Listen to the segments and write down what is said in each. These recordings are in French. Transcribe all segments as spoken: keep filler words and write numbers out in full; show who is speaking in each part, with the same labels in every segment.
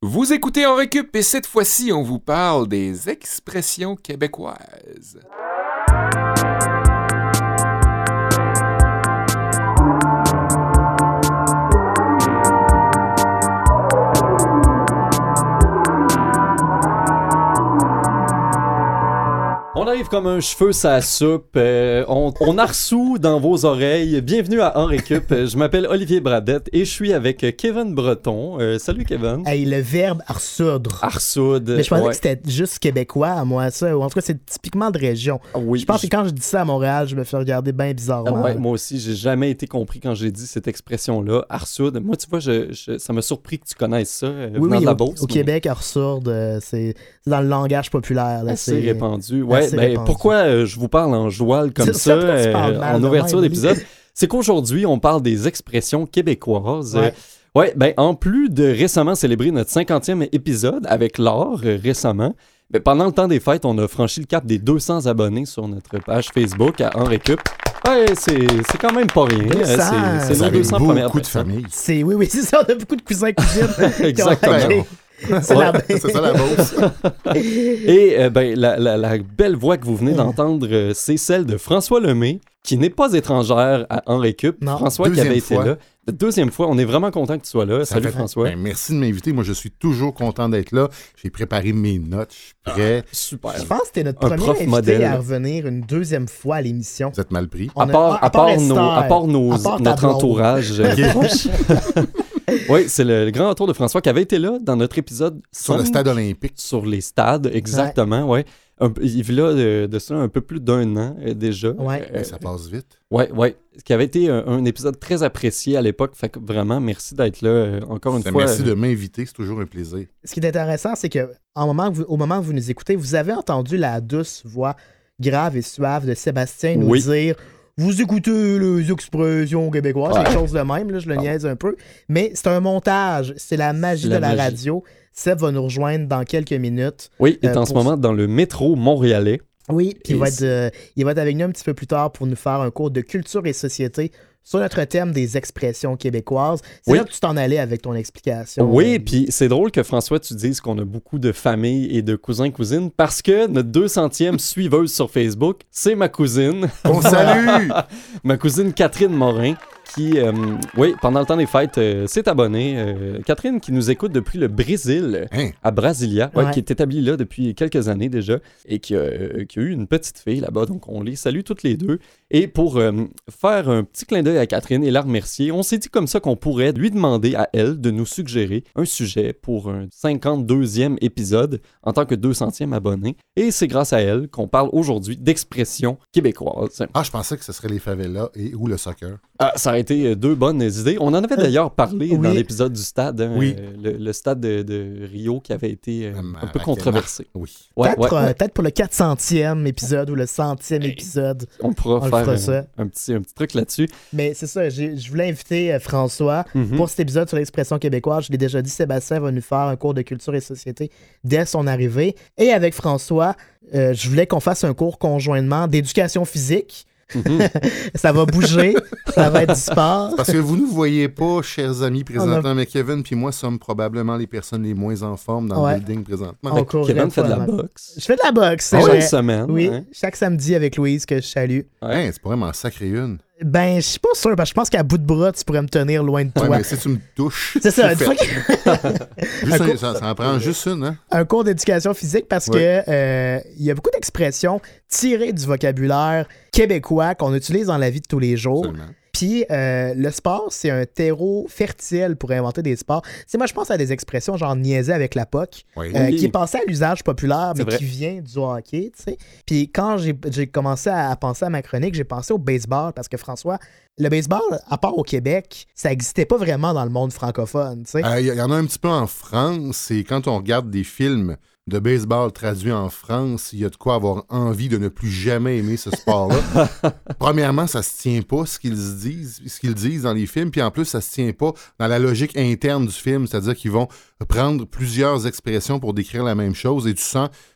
Speaker 1: Vous écoutez En Récup et cette fois-ci, on vous parle des expressions québécoises.
Speaker 2: On arrive comme un cheveu sa soupe, euh, on, on arsoue dans vos oreilles. Bienvenue à En Récup, je m'appelle Olivier Bradette et je suis avec Kevin Breton. Euh, salut Kevin.
Speaker 3: Hey, le verbe arsoudre.
Speaker 2: Arsoudre.
Speaker 3: Mais je pensais
Speaker 2: ouais.
Speaker 3: que c'était juste québécois, moi, ça. Ou en tout cas, c'est typiquement de région.
Speaker 2: Ah oui,
Speaker 3: je pense
Speaker 2: je...
Speaker 3: que quand je dis ça à Montréal, je me fais regarder bien bizarrement.
Speaker 2: Ah ouais, moi aussi, j'ai jamais été compris quand j'ai dit cette expression-là, arsoudre. Moi, tu vois, je, je, ça m'a surpris que tu connaisses ça, euh,
Speaker 3: oui,
Speaker 2: venant
Speaker 3: oui,
Speaker 2: de la
Speaker 3: au,
Speaker 2: Beauce.
Speaker 3: au
Speaker 2: mais...
Speaker 3: Québec, arsoudre, euh, c'est, c'est dans le langage populaire. Là,
Speaker 2: assez
Speaker 3: c'est
Speaker 2: répandu. Ouais,
Speaker 3: assez
Speaker 2: ben,
Speaker 3: répandu.
Speaker 2: pourquoi euh, je vous parle en joual comme
Speaker 3: ça,
Speaker 2: ça,
Speaker 3: ça
Speaker 2: euh,
Speaker 3: mal,
Speaker 2: en ouverture
Speaker 3: même,
Speaker 2: d'épisode? C'est qu'aujourd'hui, on parle des expressions québécoises.
Speaker 3: Ouais.
Speaker 2: Euh, ouais, ben, en plus de récemment célébrer notre cinquantième épisode avec Laure euh, récemment, ben, pendant le temps des fêtes, on a franchi le cap des deux cents abonnés sur notre page Facebook à En Récup. Ouais, c'est, c'est quand même pas rien.
Speaker 3: deux cents.
Speaker 2: Euh, C'est, c'est
Speaker 4: Ça
Speaker 2: nos
Speaker 4: avait
Speaker 2: deux cents premières
Speaker 4: beaucoup de
Speaker 2: personnes.
Speaker 4: familles.
Speaker 3: C'est, oui, oui, c'est ça. On a beaucoup de cousins cousines.
Speaker 2: Exactement.
Speaker 3: qui ont- C'est,
Speaker 2: Ouais.
Speaker 3: la...
Speaker 4: C'est ça la Beauce.
Speaker 2: Et euh, ben, la, la, la belle voix que vous venez d'entendre, euh, c'est celle de François Lemay, qui n'est pas étrangère à En Récup.
Speaker 3: Non.
Speaker 2: François qui
Speaker 4: Deuxième
Speaker 2: avait été
Speaker 4: fois.
Speaker 2: là. La deuxième fois, on est vraiment content que tu sois là.
Speaker 4: Ça
Speaker 2: Salut
Speaker 4: fait-
Speaker 2: François.
Speaker 4: Ben, merci de m'inviter. Moi, je suis toujours content d'être là. J'ai préparé mes notes. Je suis prêt.
Speaker 2: Super.
Speaker 3: Je pense que c'était notre
Speaker 2: Un
Speaker 3: premier
Speaker 2: prof
Speaker 3: invité
Speaker 2: modèle.
Speaker 3: à revenir une deuxième fois à l'émission.
Speaker 4: Vous êtes mal pris.
Speaker 3: On
Speaker 2: À
Speaker 3: a-
Speaker 2: part, à part
Speaker 3: Esther,
Speaker 2: nos, à part nos,
Speaker 3: à part ta
Speaker 2: notre
Speaker 3: blonde.
Speaker 2: entourage euh, proche. Oui, c'est le, le grand retour de François qui avait été là dans notre épisode
Speaker 4: Sur le
Speaker 2: cinq,
Speaker 4: stade olympique.
Speaker 2: sur les stades, exactement, ouais. Un, il est là de, de ça un peu plus d'un an euh, déjà.
Speaker 3: Ouais.
Speaker 2: Euh,
Speaker 4: Ça passe vite.
Speaker 2: Ouais, ouais. Ce qui avait été un, un épisode très apprécié à l'époque. Fait que vraiment, merci d'être là euh, encore une
Speaker 4: Ben,
Speaker 2: fois.
Speaker 4: merci
Speaker 2: euh,
Speaker 4: de m'inviter. C'est toujours un plaisir.
Speaker 3: Ce qui est intéressant, c'est que en moment que vous- au moment où vous nous écoutez, vous avez entendu la douce voix grave et suave de Sébastien nous
Speaker 2: Oui.
Speaker 3: dire « Vous écoutez les expressions québécoises
Speaker 2: Ouais. »,
Speaker 3: quelque chose de même, là, je le
Speaker 2: Ah.
Speaker 3: niaise un peu. Mais c'est un montage, c'est la magie
Speaker 2: C'est
Speaker 3: de
Speaker 2: la
Speaker 3: la
Speaker 2: magie.
Speaker 3: radio. Seb va nous rejoindre dans quelques minutes.
Speaker 2: Oui, il est
Speaker 3: euh,
Speaker 2: en ce
Speaker 3: pour-
Speaker 2: moment dans le métro montréalais.
Speaker 3: Oui, puis il,
Speaker 2: Et
Speaker 3: va être,
Speaker 2: c'est-
Speaker 3: euh, il va être avec nous un petit peu plus tard pour nous faire un cours de culture et société sur notre thème des expressions québécoises. C'est
Speaker 2: Oui.
Speaker 3: là que tu t'en allais avec ton explication.
Speaker 2: Oui,
Speaker 3: Euh,
Speaker 2: puis c'est drôle que François, tu dises qu'on a beaucoup de familles et de cousins-cousines parce que notre deux centième suiveuse sur Facebook, c'est ma cousine,
Speaker 4: On salue!
Speaker 2: ma cousine Catherine Morin, qui, euh, oui, pendant le temps des fêtes, euh, s'est abonnée. Euh, Catherine qui nous écoute depuis le Brésil,
Speaker 4: Hein?
Speaker 2: à Brasilia, ouais,
Speaker 3: Ouais.
Speaker 2: qui est établie là depuis quelques années déjà et qui a, euh, qui a eu une petite fille là-bas. Donc, on les salue toutes les deux. Et pour euh, faire un petit clin d'œil à Catherine et la remercier, on s'est dit comme ça qu'on pourrait lui demander à elle de nous suggérer un sujet pour un cinquante-deuxième épisode en tant que deux centième abonné. Et c'est grâce à elle qu'on parle aujourd'hui d'expressions québécoises.
Speaker 4: Ah, je pensais que ce serait les favelas et ou le soccer.
Speaker 2: Ah, ça aurait été euh, deux bonnes idées. On en avait d'ailleurs parlé
Speaker 3: oui.
Speaker 2: dans l'épisode du stade, hein,
Speaker 4: Oui.
Speaker 2: euh, le, le stade de, de Rio qui avait été euh,
Speaker 4: Hum,
Speaker 2: un peu
Speaker 4: avec
Speaker 2: controversé.
Speaker 4: Oui.
Speaker 2: Ouais,
Speaker 3: peut-être,
Speaker 2: ouais,
Speaker 3: euh,
Speaker 2: ouais.
Speaker 3: peut-être pour le quatre centième épisode ou le centième épisode.
Speaker 2: On pourra
Speaker 3: on le
Speaker 2: faire
Speaker 3: fera
Speaker 2: un,
Speaker 3: ça.
Speaker 2: un petit, un petit truc là-dessus.
Speaker 3: Mais c'est ça, j'ai- je voulais inviter euh, François
Speaker 2: Mhm.
Speaker 3: pour cet épisode sur l'expression québécoise. Je l'ai déjà dit, Sébastien va nous faire un cours de culture et société dès son arrivée. Et avec François, euh, je voulais qu'on fasse un cours conjointement d'éducation physique.
Speaker 2: Mhm.
Speaker 3: Ça va bouger, ça va être du sport.
Speaker 4: Parce que vous ne voyez pas, chers amis, présentement,
Speaker 3: On a-
Speaker 4: mais Kevin puis moi sommes probablement les personnes les moins en forme dans
Speaker 3: Ouais.
Speaker 4: le building présentement.
Speaker 3: On court
Speaker 2: Kevin fait de la
Speaker 3: vraiment.
Speaker 2: boxe.
Speaker 3: Je fais de la boxe, c'est
Speaker 2: Ah ouais,
Speaker 3: vrai.
Speaker 2: une semaine.
Speaker 3: Oui,
Speaker 2: hein.
Speaker 3: chaque samedi avec Louise que je salue.
Speaker 4: Hein, c'est pas vraiment sacré une.
Speaker 3: Ben, je suis pas sûr, parce que je pense qu'à bout de bras, tu pourrais me tenir loin de
Speaker 4: Ouais,
Speaker 3: toi.
Speaker 4: mais si tu me touches,
Speaker 3: C'est ça,
Speaker 4: c'est
Speaker 3: une fois
Speaker 4: fait.
Speaker 3: que-
Speaker 4: Juste
Speaker 3: Un
Speaker 4: un-
Speaker 3: coup-
Speaker 4: ça, ça en prend juste une, hein?
Speaker 3: un cours d'éducation physique parce
Speaker 4: Ouais.
Speaker 3: que euh, il y a beaucoup d'expressions tirées du vocabulaire québécois qu'on utilise dans la vie de tous les jours.
Speaker 4: Absolument.
Speaker 3: Puis euh, le sport, c'est un terreau fertile pour inventer des sports. Tu sais, moi, je pense à des expressions genre niaiser avec la P O C,
Speaker 4: Oui.
Speaker 3: euh,
Speaker 2: Oui.
Speaker 3: qui est passé à l'usage populaire,
Speaker 2: C'est
Speaker 3: mais
Speaker 2: vrai.
Speaker 3: qui vient du hockey, tu sais. Puis quand j'ai j'ai commencé à, à penser à ma chronique, j'ai pensé au baseball parce que François, le baseball, à part au Québec, ça n'existait pas vraiment dans le monde francophone, tu sais.
Speaker 4: Il y, y en a un petit peu en France, et quand on regarde des films de baseball traduits en France, il y a de quoi avoir envie de ne plus jamais aimer ce sport-là. Premièrement, ça se tient pas ce qu'ils disent, ce qu'ils disent dans les films, puis en plus, ça se tient pas dans la logique interne du film, c'est-à-dire qu'ils vont prendre plusieurs expressions pour décrire la même chose, et tu sens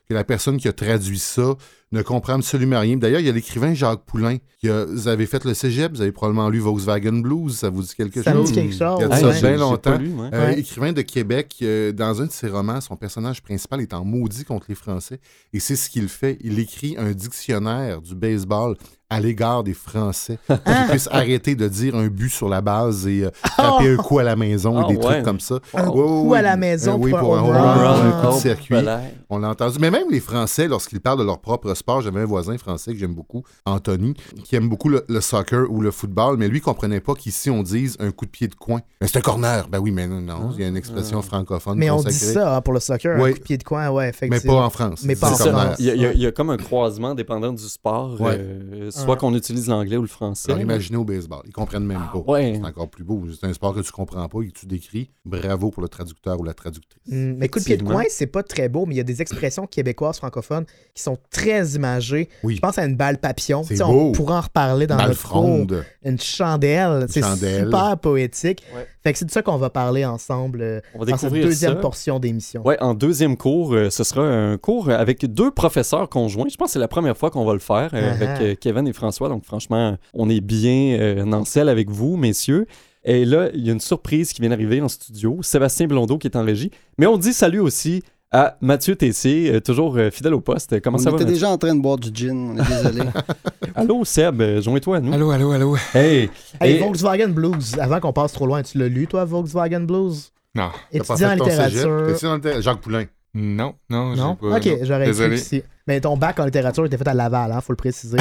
Speaker 4: que la personne qui a traduit ça ne comprend absolument rien. D'ailleurs, il y a l'écrivain Jacques Poulain, qui a, vous avez fait le cégep, vous avez probablement lu Volkswagen Blues, ça vous dit quelque
Speaker 3: Ça
Speaker 4: chose?
Speaker 3: me dit quelque chose.
Speaker 4: Il y a de
Speaker 3: ouais.
Speaker 4: ça
Speaker 2: j'ai-
Speaker 4: bien
Speaker 2: j'ai
Speaker 4: longtemps.
Speaker 2: pas lu, moi.
Speaker 4: Euh,
Speaker 3: Ouais.
Speaker 4: Écrivain de Québec, euh, dans un de ses romans, son personnage principal est en maudit contre les Français. Et c'est ce qu'il fait. Il écrit un dictionnaire du baseball à l'égard des Français pour qu'ils puissent arrêter de dire un but sur la base et euh, frapper un coup à la maison
Speaker 2: Ah,
Speaker 4: et des
Speaker 2: ouais.
Speaker 4: trucs comme ça.
Speaker 3: Un
Speaker 4: Ouais,
Speaker 3: coup
Speaker 4: ouais,
Speaker 3: à la
Speaker 4: ouais.
Speaker 3: maison
Speaker 4: Euh, oui,
Speaker 3: pour un
Speaker 4: pour un
Speaker 3: home
Speaker 4: home
Speaker 3: run.
Speaker 4: run, un coup de
Speaker 2: Oh,
Speaker 4: circuit.
Speaker 2: voilà.
Speaker 4: On l'a entendu. Mais même les Français, lorsqu'ils parlent de leur propre sport, j'avais un voisin français que j'aime beaucoup, Anthony, qui aime beaucoup le, le soccer ou le football, mais lui, il comprenait pas qu'ici, on dise un coup de pied de coin. Mais c'est un corner. Ben oui, mais non, non, il y a une expression francophone
Speaker 3: Mais on
Speaker 4: consacrée.
Speaker 3: dit ça hein, pour le soccer,
Speaker 4: Oui.
Speaker 3: un coup de pied de coin, ouais,
Speaker 4: Mais
Speaker 3: effectivement.
Speaker 4: pas en France.
Speaker 3: Mais
Speaker 4: Ils
Speaker 3: pas
Speaker 4: disent
Speaker 3: en
Speaker 2: C'est
Speaker 4: corner.
Speaker 3: France.
Speaker 2: ça. Il y, a, il y a- il y a comme un croisement dépendant du sport,
Speaker 4: Ouais.
Speaker 2: euh, soit
Speaker 3: Ouais.
Speaker 2: qu'on utilise l'anglais ou le français.
Speaker 4: Alors imaginez au baseball. Ils comprennent même pas.
Speaker 2: Ouais.
Speaker 4: C'est encore plus beau. C'est un sport que tu comprends pas et que tu décris. Bravo pour le traducteur ou la traductrice.
Speaker 3: Mm, mais coup de pied de
Speaker 2: Effectivement.
Speaker 3: coin, c'est pas très beau, mais il y a des expressions québécoises francophones qui sont très imagées.
Speaker 4: Oui.
Speaker 3: Je pense à une balle papillon.
Speaker 4: C'est
Speaker 3: Tu sais,
Speaker 4: beau.
Speaker 3: on pourra en reparler dans
Speaker 4: Balle
Speaker 3: notre cours.
Speaker 4: fronde.
Speaker 3: Une chandelle. C'est
Speaker 4: chandelle.
Speaker 3: super poétique.
Speaker 2: Ouais.
Speaker 3: Fait que c'est de ça qu'on va parler ensemble euh,
Speaker 2: On va
Speaker 3: dans cette
Speaker 2: découvrir
Speaker 3: deuxième
Speaker 2: ça.
Speaker 3: portion d'émission.
Speaker 2: Ouais, en deuxième cours, euh, ce sera un cours avec deux professeurs conjoints. Je pense que c'est la première fois qu'on va le faire euh,
Speaker 3: Uh-huh.
Speaker 2: avec euh, Kevin et François. Donc, franchement, on est bien euh, en selle avec vous, messieurs. Et là, il y a une surprise qui vient d'arriver en studio. Sébastien Blondeau qui est en régie. Mais on dit salut aussi à Mathieu Tessier, euh, toujours euh, fidèle au poste. Comment
Speaker 5: On
Speaker 2: ça va,
Speaker 5: était
Speaker 2: Mathieu?
Speaker 5: déjà en train de boire du gin, on est désolé.
Speaker 2: Allô, Seb, euh, joins-toi à nous.
Speaker 1: Allô, allô, allô.
Speaker 2: Hey!
Speaker 3: Hey,
Speaker 2: Et-
Speaker 3: Volkswagen Blues, avant qu'on passe trop loin, tu l'as lu, toi, Volkswagen Blues?
Speaker 1: Non.
Speaker 4: T'as pas
Speaker 3: Étudiant en
Speaker 4: fait ton cégep?
Speaker 3: littérature.
Speaker 4: T'es-tu dans le thé- Jacques Poulain.
Speaker 1: Non, non,
Speaker 3: Non?
Speaker 1: j'ai pas.
Speaker 3: Ok,
Speaker 1: non.
Speaker 3: j'aurais
Speaker 1: Désolé.
Speaker 3: cru ici. Mais ton bac en littérature était fait à Laval, hein, faut le préciser. là.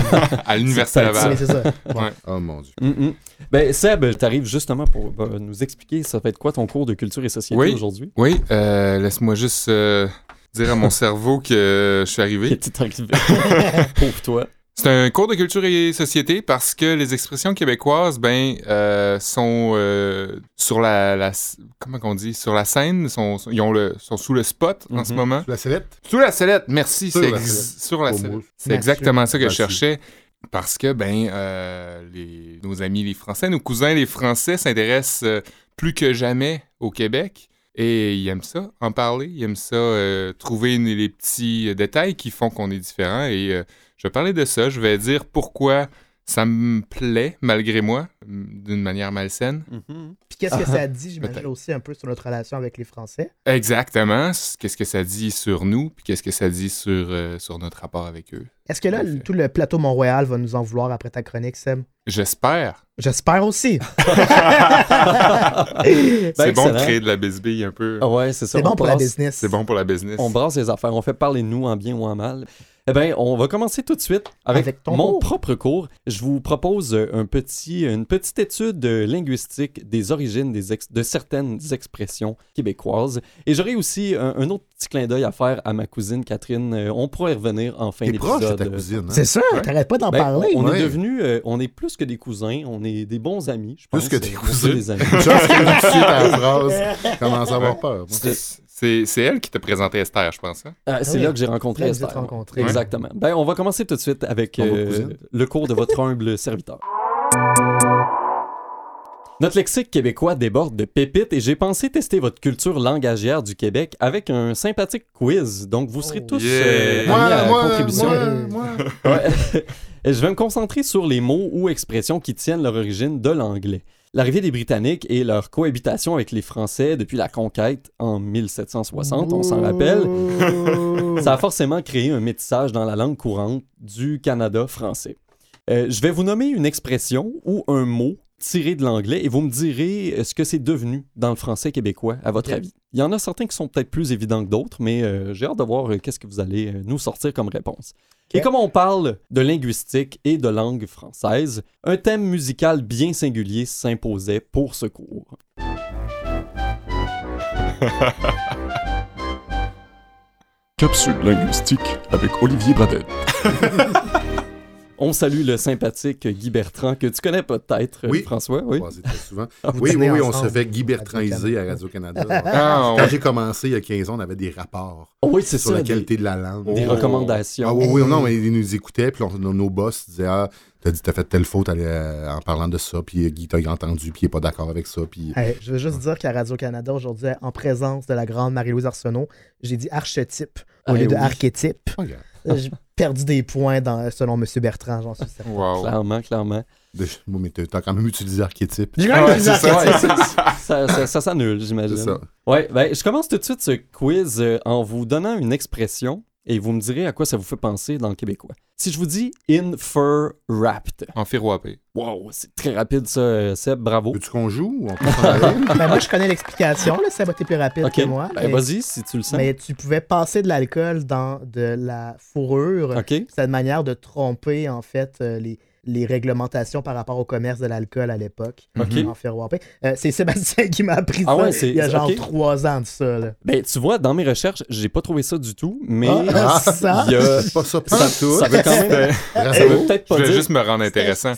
Speaker 1: À l'Université
Speaker 2: C'est
Speaker 1: Laval.
Speaker 3: Oui, c'est ça.
Speaker 1: Ouais.
Speaker 4: Oh mon Dieu.
Speaker 2: Mm, mm. Ben, Seb, t'arrives justement pour bah, nous expliquer ça va être quoi ton cours de culture et société
Speaker 1: Oui.
Speaker 2: aujourd'hui.
Speaker 1: Oui, euh, laisse-moi juste euh, dire à mon cerveau que je suis arrivé.
Speaker 2: Qu'est-ce qui t'est arrivé? Pauvre toi.
Speaker 1: C'est un cours de culture et société parce que les expressions québécoises, ben, euh, sont euh, sur la, la, comment qu'on dit, sur la scène, sont, ils ont le, sont sous le spot en
Speaker 2: Mhm.
Speaker 1: ce moment.
Speaker 4: Tu la sellette?
Speaker 1: Sous la sellette, merci,
Speaker 4: Sur
Speaker 1: c'est
Speaker 4: la
Speaker 1: ex-
Speaker 4: sellette.
Speaker 1: sur la
Speaker 4: Au
Speaker 1: sellette.
Speaker 4: mot.
Speaker 1: C'est
Speaker 3: Merci.
Speaker 1: exactement ça que
Speaker 4: Merci.
Speaker 1: je cherchais. Parce que, ben, euh, les, nos amis les Français, nos cousins les Français s'intéressent euh, plus que jamais au Québec. Et ils aiment ça, en parler. Ils aiment ça, euh, trouver une- les petits euh, détails qui font qu'on est différent. Et euh, je vais parler de ça. Je vais dire pourquoi ça me plaît, malgré moi, m- d'une manière malsaine.
Speaker 2: Mhm.
Speaker 3: Puis qu'est-ce que ça dit, j'imagine,
Speaker 1: Peut-être.
Speaker 3: aussi un peu sur notre relation avec les Français?
Speaker 1: Exactement. C- Qu'est-ce que ça dit sur nous, puis qu'est-ce que ça dit sur, euh, sur notre rapport avec eux.
Speaker 3: Est-ce que là,
Speaker 1: Parfait.
Speaker 3: le- tout le plateau Mont-Royal va nous en vouloir après ta chronique, Seb?
Speaker 1: J'espère.
Speaker 3: J'espère aussi.
Speaker 1: C'est bon de
Speaker 2: excellent.
Speaker 1: créer de la bisbille un peu.
Speaker 2: Ah ouais, c'est ça.
Speaker 3: C'est
Speaker 2: on
Speaker 3: bon pour la
Speaker 2: brasse-
Speaker 3: business.
Speaker 1: C'est bon pour la business.
Speaker 2: On brasse les affaires, on fait parler de nous en bien ou en mal. Eh bien, on va commencer tout de suite avec,
Speaker 3: Avec ton
Speaker 2: mon
Speaker 3: cours.
Speaker 2: propre cours. Je vous propose euh, un petit, une petite étude euh, linguistique des origines des ex- de certaines expressions québécoises. Et j'aurai aussi un, un autre petit clin d'œil à faire à ma cousine Catherine. Euh, on pourra y revenir en fin
Speaker 4: T'es
Speaker 2: d'épisode.
Speaker 4: proche de ta
Speaker 2: euh,
Speaker 4: cousine. Hein?
Speaker 3: C'est sûr,
Speaker 1: Ouais.
Speaker 3: t'arrêtes pas d'en
Speaker 2: Ben,
Speaker 3: parler.
Speaker 2: on
Speaker 4: Ouais.
Speaker 2: est devenus, euh, on est plus que des cousins, on est des bons amis, je pense.
Speaker 4: Plus que des
Speaker 2: Euh,
Speaker 4: cousins.
Speaker 2: des amis.
Speaker 4: Une chance que tu suites à la phrase. Commence à avoir peur. moi.
Speaker 1: C'est- C'est c'est elle qui t'a présenté Esther, je pense. Hein?
Speaker 2: Ah, c'est
Speaker 3: oui.
Speaker 2: là que j'ai rencontré
Speaker 3: Là, vous êtes
Speaker 2: Esther.
Speaker 3: rencontrés.
Speaker 2: Exactement. Ben, on va commencer tout de suite avec
Speaker 4: Ton autre
Speaker 2: euh,
Speaker 4: cousine.
Speaker 2: le cours de votre humble serviteur. Notre lexique québécois déborde de pépites et j'ai pensé tester votre culture langagière du Québec avec un sympathique quiz. Donc, vous serez
Speaker 3: Oh.
Speaker 2: tous
Speaker 1: Yeah.
Speaker 2: euh, amenés
Speaker 4: Moi,
Speaker 2: à
Speaker 4: moi,
Speaker 2: contribution.
Speaker 4: moi, moi.
Speaker 2: Ouais. Et je vais me concentrer sur les mots ou expressions qui tiennent leur origine de l'anglais. L'arrivée des Britanniques et leur cohabitation avec les Français depuis la conquête en mille sept cent soixante, on s'en rappelle, ça a forcément créé un métissage dans la langue courante du Canada français. Euh, je vais vous nommer une expression ou un mot tiré de l'anglais et vous me direz euh, ce que c'est devenu dans le français québécois, à votre
Speaker 3: Ok.
Speaker 2: avis. Il y en a certains qui sont peut-être plus évidents que d'autres, mais euh, j'ai hâte de voir euh, qu'est-ce que vous allez euh, nous sortir comme réponse.
Speaker 3: Ok.
Speaker 2: Et comme on parle de linguistique et de langue française, un thème musical bien singulier s'imposait pour ce cours.
Speaker 6: Capsule linguistique avec Olivier Bradette.
Speaker 2: On salue le sympathique Guy Bertrand, que tu connais peut-être, euh,
Speaker 4: Oui.
Speaker 2: François.
Speaker 4: On
Speaker 2: Oui.
Speaker 4: croisait très souvent.
Speaker 3: Vous
Speaker 4: Oui, oui,
Speaker 3: dînez
Speaker 4: oui, on
Speaker 3: ensemble
Speaker 4: se fait Guy
Speaker 3: à
Speaker 4: Bertrandiser
Speaker 3: Radio-Canada.
Speaker 4: à Radio-Canada.
Speaker 1: Ah,
Speaker 4: Quand
Speaker 1: ouais.
Speaker 4: j'ai commencé il y a quinze ans, on avait des rapports
Speaker 2: Oh oui, c'est
Speaker 4: sur
Speaker 2: ça.
Speaker 4: la
Speaker 2: des-
Speaker 4: qualité de la langue.
Speaker 2: Des
Speaker 1: Oh.
Speaker 2: recommandations.
Speaker 4: Ah oui, oui, non, mais ils nous écoutaient, puis on- nos, nos boss disaient Ah, t'as dit, t'as fait telle faute euh, en parlant de ça, puis Guy t'a entendu, puis il est pas d'accord avec ça, puis.
Speaker 3: Hey, je veux juste dire qu'à Radio-Canada, aujourd'hui, en présence de la grande Marie-Louise Arsenault, j'ai dit archétype au lieu
Speaker 2: Eh
Speaker 3: de
Speaker 2: oui.
Speaker 3: archétype.
Speaker 4: Regarde.
Speaker 3: J'ai perdu des points dans, selon M. Bertrand, j'en suis certain.
Speaker 1: Wow.
Speaker 2: Clairement, clairement.
Speaker 4: De- Bon, mais t'as t'as quand même utilisé archétype.
Speaker 3: J'ai quand
Speaker 1: Ah
Speaker 3: même
Speaker 1: ouais,
Speaker 3: utilisé
Speaker 1: c'est ça,
Speaker 3: archétype.
Speaker 2: Ouais, c'est- ça, ça, ça s'annule, j'imagine.
Speaker 4: C'est ça.
Speaker 2: Ouais, ben, je commence tout de suite ce quiz euh, en vous donnant une expression et vous me direz à quoi ça vous fait penser dans le québécois. Si je vous dis in fur wrapped,
Speaker 1: En firouapé.
Speaker 2: wow, c'est très rapide ça, euh, Seb, bravo.
Speaker 4: Veux-tu qu'on joue ou on peut s'en aller?
Speaker 3: Ben, moi, je connais l'explication, là, ça va être plus rapide
Speaker 2: Ok,
Speaker 3: que moi.
Speaker 2: ben,
Speaker 3: mais,
Speaker 2: vas-y si tu le sens.
Speaker 3: mais tu pouvais passer de l'alcool dans de la fourrure.
Speaker 2: Ok.
Speaker 3: C'est une manière de tromper, en fait, euh, les, les réglementations par rapport au commerce de l'alcool à l'époque.
Speaker 2: Ok.
Speaker 3: En Firouapé. Euh, c'est Sébastien qui m'a appris
Speaker 2: Ah
Speaker 3: ça
Speaker 2: ouais, c'est-
Speaker 3: il y a genre
Speaker 2: ok.
Speaker 3: trois ans de ça. Là.
Speaker 2: Ben, tu vois, dans mes recherches, j'ai pas trouvé ça du tout, mais
Speaker 3: Ah, ça?
Speaker 2: il y a...
Speaker 4: C'est pas ça,
Speaker 2: ça,
Speaker 4: pas tout.
Speaker 2: ça veut quand même...
Speaker 4: Bravo.
Speaker 2: ça veut peut-être
Speaker 1: Je
Speaker 2: pas
Speaker 1: voulais
Speaker 2: dire...
Speaker 1: juste me rendre intéressant.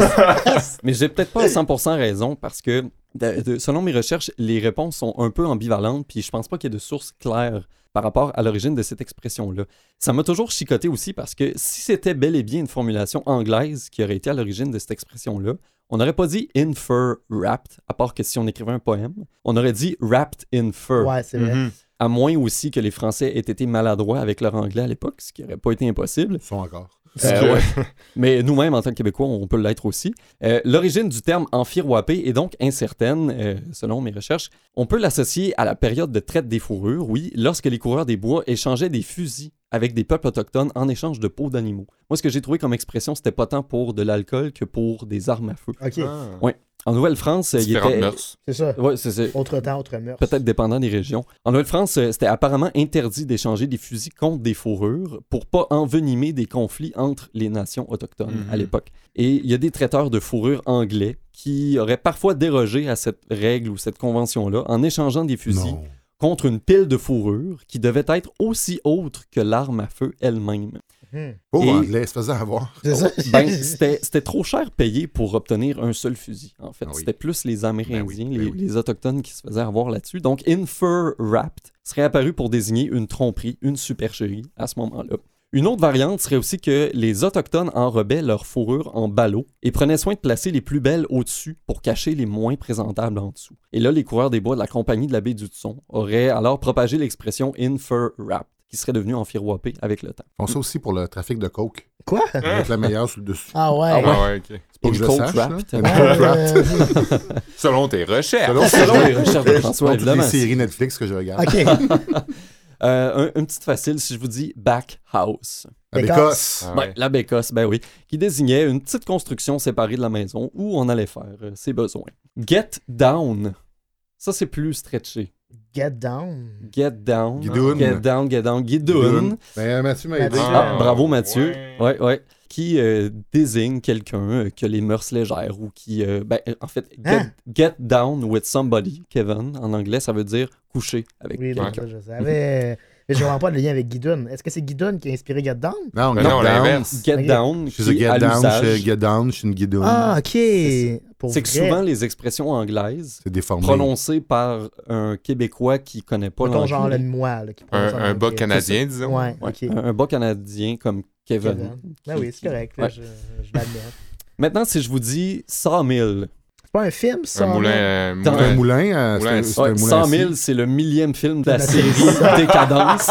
Speaker 2: Mais j'ai peut-être pas cent pour cent raison parce que, de- de- selon mes recherches, les réponses sont un peu ambivalentes, puis je pense pas qu'il y ait de source claire par rapport à l'origine de cette expression-là. Ça m'a toujours chicoté aussi parce que si c'était bel et bien une formulation anglaise qui aurait été à l'origine de cette expression-là, on n'aurait pas dit in fur wrapped, à part que si on écrivait un poème, on aurait dit wrapped in fur.
Speaker 3: Ouais, c'est vrai.
Speaker 1: Mhm.
Speaker 2: À moins aussi que les Français aient été maladroits avec leur anglais à l'époque, ce qui n'aurait pas été impossible.
Speaker 4: Ils sont encore.
Speaker 2: Euh, ouais. Mais nous-mêmes, en tant que Québécois, on peut l'être aussi. Euh, L'origine du terme enfiroapé est donc incertaine, euh, selon mes recherches. On peut l'associer à la période de traite des fourrures, oui, lorsque les coureurs des bois échangeaient des fusils avec des peuples autochtones en échange de peaux d'animaux. Moi, ce que j'ai trouvé comme expression, c'était pas tant pour de l'alcool que pour des armes à feu.
Speaker 3: OK,
Speaker 1: Ah.
Speaker 2: Ouais. En Nouvelle-France, il
Speaker 1: Différentes
Speaker 2: était...
Speaker 1: mœurs.
Speaker 3: c'est ça.
Speaker 2: Ouais, c'est- c'est...
Speaker 3: Autre temps, autre mœurs.
Speaker 2: Peut-être dépendant des régions. En Nouvelle-France, euh, c'était apparemment interdit d'échanger des fusils contre des fourrures pour pas envenimer des conflits entre les nations autochtones
Speaker 1: Mhm.
Speaker 2: à l'époque. Et il y a des traiteurs de fourrures anglais qui auraient parfois dérogé à cette règle ou cette convention-là en échangeant des fusils
Speaker 4: Non.
Speaker 2: contre une pile de fourrure qui devait être aussi haute que l'arme à feu elle-même.
Speaker 3: Hmm.
Speaker 4: Pauvre
Speaker 2: Et-
Speaker 4: anglais, se faisait avoir.
Speaker 3: C'est ça.
Speaker 2: Ben, c'était c'était trop cher payé pour obtenir un seul fusil. En fait,
Speaker 4: Ah oui.
Speaker 2: c'était plus les Amérindiens,
Speaker 4: Ben oui, ben
Speaker 2: les,
Speaker 4: oui.
Speaker 2: les Autochtones qui se faisaient avoir là-dessus. Donc, in fur wrapped serait apparu pour désigner une tromperie, une supercherie à ce moment-là. Une autre variante serait aussi que les Autochtones enrobaient leur fourrure en ballot et prenaient soin de placer les plus belles au-dessus pour cacher les moins présentables en dessous. Et là, les coureurs des bois de la Compagnie de la baie du Tson auraient alors propagé l'expression in fur wrapped, qui serait devenue enfiroapée avec le temps.
Speaker 4: On fait ça aussi pour le trafic de coke.
Speaker 3: Quoi?
Speaker 4: Mettre la meilleure sur le dessus.
Speaker 3: Ah ouais.
Speaker 2: Ah ouais.
Speaker 1: Ah ouais, ok.
Speaker 4: C'est pas
Speaker 2: In
Speaker 4: que je le
Speaker 2: coke
Speaker 4: sache, là.
Speaker 2: wrapped.
Speaker 4: In
Speaker 3: Ouais,
Speaker 4: coke wrapped.
Speaker 3: euh,
Speaker 1: Selon tes recherches.
Speaker 4: Selon-
Speaker 2: Selon les recherches de François,
Speaker 4: Selon toutes
Speaker 2: évidemment.
Speaker 4: les séries Netflix que je regarde.
Speaker 3: OK.
Speaker 2: Euh, un- une petite facile, si je vous dis back house.
Speaker 4: La
Speaker 3: Bécosse.
Speaker 4: Bécosse.
Speaker 1: Ah
Speaker 2: Ouais,
Speaker 1: ouais.
Speaker 2: la bécosse, ben oui, qui désignait une petite construction séparée de la maison où on allait faire euh, ses besoins. Get down. Ça, c'est plus stretché.
Speaker 3: Get down.
Speaker 2: Get down.
Speaker 4: Guidoune.
Speaker 2: Get down, get down. Guidoune.
Speaker 4: Ben, Mathieu m'a aidé.
Speaker 3: Mathieu.
Speaker 2: Ah,
Speaker 1: Ah,
Speaker 2: bravo Mathieu.
Speaker 1: ouais.
Speaker 2: Ouais, ouais. Qui euh, désigne quelqu'un euh, qui a les mœurs légères ou qui, euh, ben, euh, en fait, get,
Speaker 3: Hein?
Speaker 2: get down with somebody, Kevin, en anglais, ça veut dire coucher avec
Speaker 3: Oui, donc,
Speaker 2: quelqu'un.
Speaker 3: ça, je savais. Mais je comprends pas le lien avec Guidoun. Est-ce que c'est Guidoun qui a inspiré Get Down?
Speaker 4: Non,
Speaker 1: Ben
Speaker 4: Get
Speaker 1: non,
Speaker 4: Down.
Speaker 1: l'inverse.
Speaker 2: Get
Speaker 3: Ok.
Speaker 2: down,
Speaker 4: Je suis
Speaker 2: qui,
Speaker 4: Get
Speaker 2: à
Speaker 4: Down, je
Speaker 2: l'usage,
Speaker 4: suis Get Down, je suis une guidoune.
Speaker 3: Ah, OK.
Speaker 2: C'est
Speaker 3: Pour
Speaker 2: c'est que
Speaker 3: vrai.
Speaker 2: souvent les expressions anglaises
Speaker 4: C'est déformé.
Speaker 2: prononcées par un Québécois qui connaît pas
Speaker 3: Mettons genre le
Speaker 2: l'anglais.
Speaker 3: moi. Là, qui
Speaker 1: Un,
Speaker 3: prononce en
Speaker 1: un bas
Speaker 3: anglais.
Speaker 1: canadien, disons.
Speaker 3: Ouais,
Speaker 2: Ouais,
Speaker 3: OK.
Speaker 2: un, un bas canadien comme Kevin.
Speaker 3: Kevin. Ben oui, c'est correct. là,
Speaker 2: Ouais.
Speaker 3: Je, je l'admets.
Speaker 2: Maintenant, si je vous dis cent mille,
Speaker 3: C'est pas un film, ça?
Speaker 1: Un moulin.
Speaker 3: là?
Speaker 1: euh,
Speaker 2: Dans
Speaker 4: C'est un
Speaker 1: moulin.
Speaker 4: moulin. euh,
Speaker 1: Moulin à
Speaker 4: c'est
Speaker 1: scie.
Speaker 4: un-
Speaker 2: ouais,
Speaker 4: c'est un moulin
Speaker 2: cent
Speaker 4: à scie.
Speaker 2: mille, c'est le millième film de la
Speaker 3: De la
Speaker 2: série
Speaker 3: série.
Speaker 2: Décadence.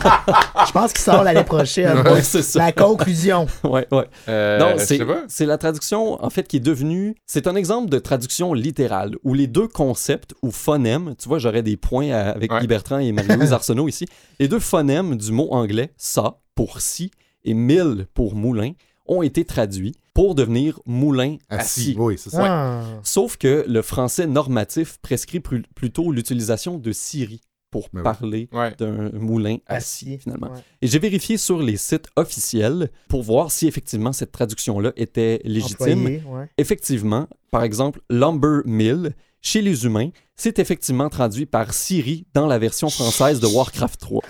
Speaker 3: Je pense qu'il sort l'année prochaine.
Speaker 2: Ouais, c'est ça.
Speaker 3: La conclusion.
Speaker 2: Ouais, ouais.
Speaker 1: Euh,
Speaker 2: Non,
Speaker 1: je
Speaker 2: c'est
Speaker 1: sais pas.
Speaker 2: c'est la traduction, en fait, qui est devenue... C'est un exemple de traduction littérale, où les deux concepts, ou phonèmes, tu vois, j'aurais des points à- avec
Speaker 1: Ouais.
Speaker 2: Guy Bertrand et Marie-Louise Arsenault ici, les deux phonèmes du mot anglais, ça, pour si, et mille pour moulin, ont été traduits pour devenir moulin à
Speaker 4: Assis.
Speaker 2: scie.
Speaker 4: Oui, c'est ça.
Speaker 3: Ah.
Speaker 2: Sauf que le français normatif prescrit plu- plutôt l'utilisation de scierie pour
Speaker 4: Ben oui.
Speaker 2: parler
Speaker 1: Ouais.
Speaker 2: d'un moulin à
Speaker 3: Assis,
Speaker 2: scie, finalement.
Speaker 3: ouais.
Speaker 2: Et j'ai vérifié sur les sites officiels pour voir si effectivement cette traduction-là était légitime.
Speaker 3: Employé, ouais.
Speaker 2: Effectivement, par exemple, lumber mill, chez les humains, c'est effectivement traduit par scierie dans la version française de Warcraft trois.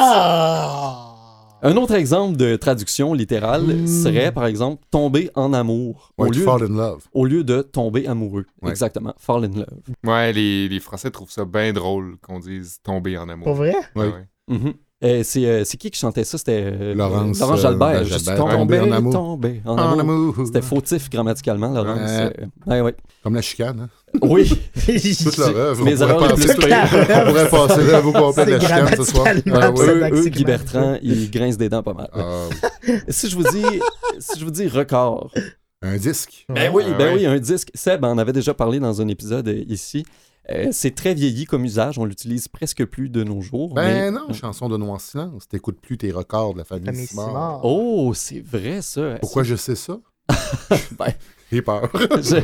Speaker 3: Ah!
Speaker 2: Un autre exemple de traduction littérale
Speaker 3: Hmm.
Speaker 2: serait, par exemple, tomber en amour
Speaker 4: Ouais,
Speaker 2: au,
Speaker 4: to
Speaker 2: lieu,
Speaker 4: fall in love.
Speaker 2: au lieu de tomber amoureux.
Speaker 4: Ouais.
Speaker 2: Exactement, fall in love.
Speaker 1: Ouais, les, les Français trouvent ça bien drôle qu'on dise tomber en amour.
Speaker 3: Pour vrai?
Speaker 1: Ouais,
Speaker 4: Oui.
Speaker 1: ouais.
Speaker 2: Mhm. Euh, c'est, euh, c'est qui qui chantait ça? C'était euh,
Speaker 4: Laurence,
Speaker 2: Laurence
Speaker 4: euh,
Speaker 2: Jalbert.
Speaker 4: Jalbert.
Speaker 2: Je suis
Speaker 4: Tombé
Speaker 2: tombé,
Speaker 4: en amour.
Speaker 2: tombé en
Speaker 4: En
Speaker 2: amour.
Speaker 4: amour.
Speaker 2: C'était fautif grammaticalement, Laurence.
Speaker 4: Ouais.
Speaker 2: Euh, ouais, ouais.
Speaker 4: Comme la chicane, hein?
Speaker 2: Oui.
Speaker 4: Toute leur œuvre.
Speaker 2: Mes
Speaker 4: On pourrait
Speaker 2: erreurs les
Speaker 4: passer-
Speaker 2: plus
Speaker 3: la
Speaker 4: on pourrait passer l'œuvre au complet de la
Speaker 3: C'est
Speaker 4: chicane ce soir.
Speaker 3: grammaticalement
Speaker 4: Ah, oui.
Speaker 2: Eux, eux,
Speaker 3: Pseudaxique,
Speaker 2: Guy
Speaker 3: man.
Speaker 2: Bertrand, ils grincent des dents pas mal.
Speaker 4: Ah,
Speaker 2: Si je vous dis, si je vous dis record.
Speaker 4: un disque.
Speaker 2: Ben oui,
Speaker 1: Ah
Speaker 2: ben
Speaker 1: ouais.
Speaker 2: oui, un disque. Seb en avait déjà parlé dans un épisode euh, ici. Euh, c'est très vieilli comme usage, on l'utilise presque plus de nos jours.
Speaker 4: Ben
Speaker 2: mais-
Speaker 4: non, chanson de Noir Silence. T'écoutes plus tes records de la famille
Speaker 3: Famille
Speaker 4: Simard.
Speaker 3: Simard.
Speaker 2: Oh, c'est vrai ça.
Speaker 4: Pourquoi je sais ça?
Speaker 2: Ben.
Speaker 4: J'ai peur.
Speaker 2: Je-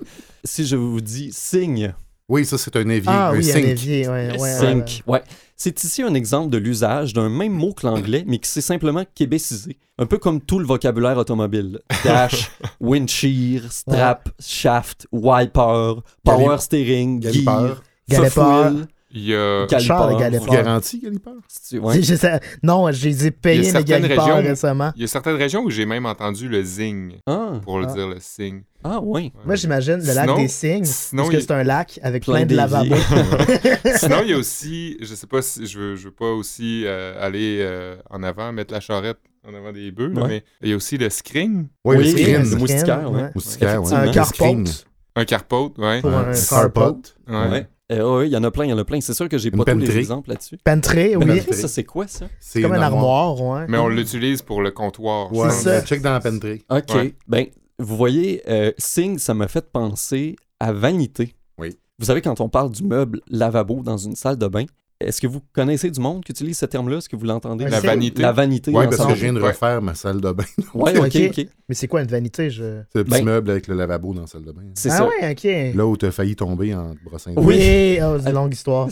Speaker 2: si je vous dis signe,
Speaker 4: Oui, ça, c'est un évier.
Speaker 3: Ah
Speaker 4: un
Speaker 3: oui, un
Speaker 4: sync.
Speaker 3: évier, ouais, ouais, ouais,
Speaker 2: sync, ouais. C'est ici un exemple de l'usage d'un même mot que l'anglais, mais qui s'est simplement québécisé. Un peu comme tout le vocabulaire automobile. Dash, windshear, strap, shaft, wiper, power
Speaker 4: Galip-
Speaker 2: steering, gear,
Speaker 4: Galipeur.
Speaker 3: Galipeur.
Speaker 2: fifth wheel,
Speaker 1: Il y a,
Speaker 2: caliper.
Speaker 3: Charles Galipeur.
Speaker 4: Tu garantis, Galipeur?
Speaker 2: C'est- ouais.
Speaker 3: Je sais- Non, j'ai ai
Speaker 1: Il y
Speaker 3: payé
Speaker 1: a
Speaker 3: mes
Speaker 1: certaines
Speaker 3: galipeurs
Speaker 1: régions-
Speaker 3: récemment.
Speaker 1: il y a certaines régions où j'ai même entendu le zing
Speaker 2: Ah,
Speaker 1: pour le
Speaker 3: Ah.
Speaker 1: dire le signe.
Speaker 2: ah oui.
Speaker 3: Moi, j'imagine le lac
Speaker 1: Sinon-
Speaker 3: des Cygnes,
Speaker 1: sinon,
Speaker 3: parce que
Speaker 1: il-
Speaker 3: c'est un lac avec
Speaker 2: Plein
Speaker 3: plein, de
Speaker 2: d'éviers.
Speaker 3: lavabos.
Speaker 1: Sinon, il y a aussi, je sais pas si je veux, je veux pas aussi euh, aller euh, en avant, mettre la charrette en avant des bœufs, là,
Speaker 2: Ouais.
Speaker 1: mais il y a aussi le screen,
Speaker 4: Oui, le
Speaker 2: Oui,
Speaker 4: screen.
Speaker 2: le moustiquaire, ouais.
Speaker 4: Moustiquaire, ouais.
Speaker 2: Un
Speaker 4: Le
Speaker 3: carpot.
Speaker 4: screen.
Speaker 1: un carpot, ouais.
Speaker 3: Pour un
Speaker 4: Un
Speaker 3: carpot.
Speaker 4: carpot.
Speaker 1: ouais.
Speaker 2: Ouais. Euh, oui, il y en a plein, il y en a plein. C'est sûr que j'ai
Speaker 4: Une
Speaker 2: pas tous les
Speaker 4: pentrée.
Speaker 2: exemples là-dessus.
Speaker 3: Pentré, oui.
Speaker 2: Pentrée, ça, c'est quoi ça?
Speaker 4: C'est
Speaker 3: Comme
Speaker 4: une
Speaker 3: un armoire, ouais.
Speaker 1: Mais on l'utilise pour le comptoir.
Speaker 4: Ouais,
Speaker 3: C'est ça.
Speaker 4: check dans la pentrée.
Speaker 2: OK.
Speaker 1: Ouais.
Speaker 2: Ben, vous voyez, euh, signe, ça m'a fait penser à vanité.
Speaker 4: Oui.
Speaker 2: Vous savez, quand on parle du meuble lavabo dans une salle de bain, est-ce que vous connaissez du monde qui utilise ce terme-là? Est-ce que vous l'entendez?
Speaker 3: Un
Speaker 1: La
Speaker 3: signe?
Speaker 1: vanité.
Speaker 2: La vanité.
Speaker 4: Oui,
Speaker 2: en
Speaker 4: parce que
Speaker 2: santé.
Speaker 4: je viens de
Speaker 1: Ouais.
Speaker 4: refaire ma salle de bain.
Speaker 2: Ouais, OK,
Speaker 3: Ok.
Speaker 2: OK.
Speaker 3: Mais c'est quoi une vanité? Je...
Speaker 4: C'est le petit
Speaker 2: Ben-
Speaker 4: meuble avec le lavabo dans la salle de bain.
Speaker 2: C'est
Speaker 3: ah
Speaker 2: ça.
Speaker 3: ouais, ok.
Speaker 4: Là où t'as failli tomber en te brossant les
Speaker 2: Oui.
Speaker 3: Oui, oh, c'est une longue histoire.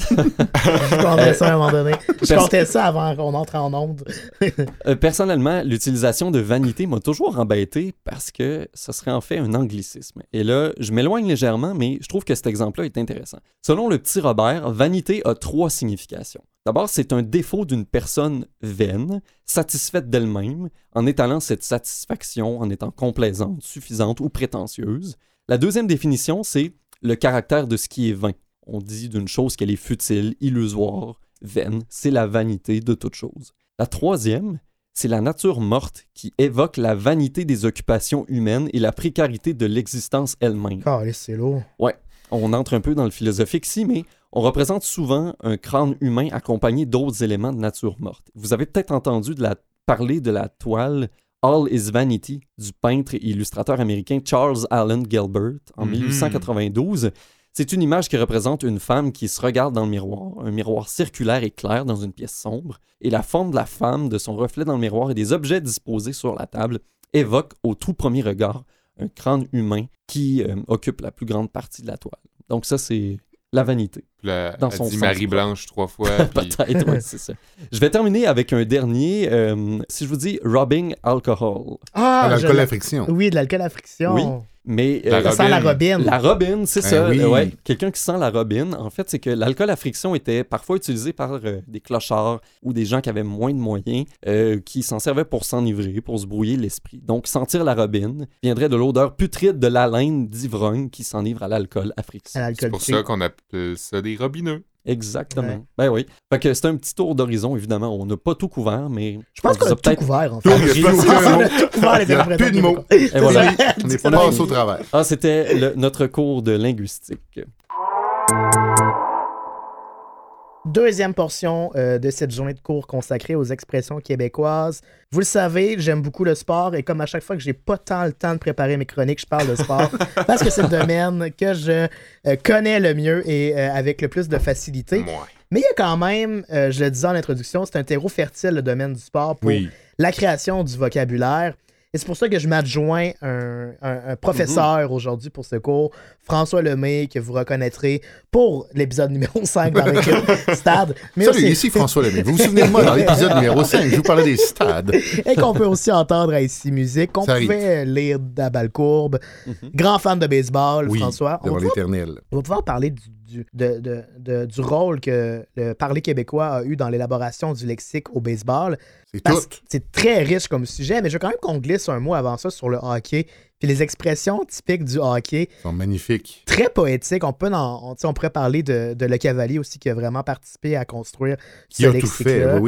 Speaker 3: je comptais ça à un moment donné. Je
Speaker 2: Pers-
Speaker 3: comptais ça avant qu'on entre en onde.
Speaker 2: Euh, personnellement, l'utilisation de vanité m'a toujours embêté parce que ce serait en fait un anglicisme. Et là, je m'éloigne légèrement, mais je trouve que cet exemple-là est intéressant. Selon le petit Robert, vanité a trois significations. D'abord, c'est un défaut d'une personne vaine, satisfaite d'elle-même, en étalant cette satisfaction en étant complaisante, suffisante ou prétentieuse. La deuxième définition, c'est le caractère de ce qui est vain. On dit d'une chose qu'elle est futile, illusoire, vaine. C'est la vanité de toute chose. La troisième, c'est la nature morte qui évoque la vanité des occupations humaines et la précarité de l'existence elle-même.
Speaker 3: Calais, c'est lourd.
Speaker 2: On entre un peu dans le philosophique ici, mais on représente souvent un crâne humain accompagné d'autres éléments de nature morte. Vous avez peut-être entendu de la, parler de la toile All is Vanity du peintre et illustrateur américain Charles Allen Gilbert en
Speaker 1: Mhm.
Speaker 2: dix-huit cent quatre-vingt-douze. C'est une image qui représente une femme qui se regarde dans le miroir, un miroir circulaire et clair dans une pièce sombre, et la forme de la femme, de son reflet dans le miroir et des objets disposés sur la table évoque au tout premier regard un crâne humain qui euh, occupe la plus grande partie de la toile. Donc ça, c'est la vanité.
Speaker 1: La,
Speaker 2: Dans
Speaker 1: elle
Speaker 2: son
Speaker 1: dit
Speaker 2: sens
Speaker 1: Marie-Blanche trois fois. puis-
Speaker 2: Peut-être, ouais, c'est ça. Je vais terminer avec un dernier. euh, si je vous dis rubbing alcohol.
Speaker 3: Ah,
Speaker 4: À l'alcool
Speaker 3: je-
Speaker 4: à friction.
Speaker 3: Oui, de l'alcool à friction.
Speaker 2: Oui. Mais
Speaker 1: La
Speaker 2: euh,
Speaker 3: Ça sent la
Speaker 1: Robine.
Speaker 3: robine.
Speaker 2: la robine, c'est
Speaker 4: Ben
Speaker 2: ça.
Speaker 4: oui.
Speaker 2: euh, ouais, quelqu'un qui sent la robine, en fait, c'est que l'alcool à friction était parfois utilisé par euh, des clochards ou des gens qui avaient moins de moyens, euh, qui s'en servaient pour s'enivrer, pour se brouiller l'esprit. Donc, sentir la robine viendrait de l'odeur putride de la laine d'ivrogne qui s'enivre à l'alcool à friction.
Speaker 3: À
Speaker 1: C'est
Speaker 3: l'alcool
Speaker 1: pour
Speaker 3: free.
Speaker 1: ça qu'on appelle ça des robineux.
Speaker 2: Exactement.
Speaker 3: Ouais.
Speaker 2: Ben oui. Fait que c'est un petit tour d'horizon, évidemment. On n'a pas tout couvert, mais
Speaker 3: Je pense
Speaker 2: on
Speaker 3: qu'on
Speaker 2: vous
Speaker 3: a
Speaker 2: a
Speaker 3: tout
Speaker 2: peut-être.
Speaker 3: couvert, en
Speaker 4: Tout,
Speaker 3: fait.
Speaker 4: il n'y a plus aucun mot.
Speaker 3: On a tout couvert, les
Speaker 4: Il y a
Speaker 3: interprètes
Speaker 4: plus de mots.
Speaker 3: québécois.
Speaker 2: Et voilà.
Speaker 4: On est
Speaker 3: C'est
Speaker 4: pas
Speaker 3: ça.
Speaker 4: passé au travers.
Speaker 2: Ah, c'était le- notre cours de linguistique.
Speaker 3: Deuxième portion euh, de cette journée de cours consacrée aux expressions québécoises. Vous le savez, j'aime beaucoup le sport et comme à chaque fois que j'ai pas tant le temps de préparer mes chroniques, je parle de sport parce que c'est le domaine que je euh, connais le mieux et euh, avec le plus de facilité.
Speaker 1: Moi.
Speaker 3: Mais il y a quand même, euh, je le disais en introduction, c'est un terreau fertile le domaine du sport pour
Speaker 4: Oui.
Speaker 3: la création du vocabulaire. Et c'est pour ça que je m'adjoins un, un, un professeur aujourd'hui pour ce cours, François Lemay, que vous reconnaîtrez pour l'épisode numéro cinq dans l'équipe Stade. Mais
Speaker 4: Salut,
Speaker 3: aussi-
Speaker 4: ici François Lemay. Vous vous souvenez de moi dans l'épisode numéro cinq, je vous parlais des stades.
Speaker 3: et qu'on peut aussi entendre à Ici Musique, qu'on
Speaker 4: Ça arrive.
Speaker 3: pouvait lire à Balcourbe. Grand fan de baseball,
Speaker 4: Oui,
Speaker 3: François. On va,
Speaker 4: devant
Speaker 3: pouvoir,
Speaker 4: l'éternel.
Speaker 3: on va pouvoir parler du, du, de- de- de- du rôle que le parler québécois a eu dans l'élaboration du lexique au baseball.
Speaker 4: C'est
Speaker 3: Parce
Speaker 4: tout.
Speaker 3: que c'est très riche comme sujet, mais je veux quand même qu'on glisse un mot avant ça sur le hockey. Puis les expressions typiques du hockey,
Speaker 4: Ils sont magnifiques.
Speaker 3: très poétiques. On, peut en- on, tu sais, on pourrait parler de, de Le Cavalier aussi, qui a vraiment participé à construire
Speaker 4: Qui
Speaker 3: ce
Speaker 4: a tout fait,
Speaker 3: lexique-là.
Speaker 4: oui, oui.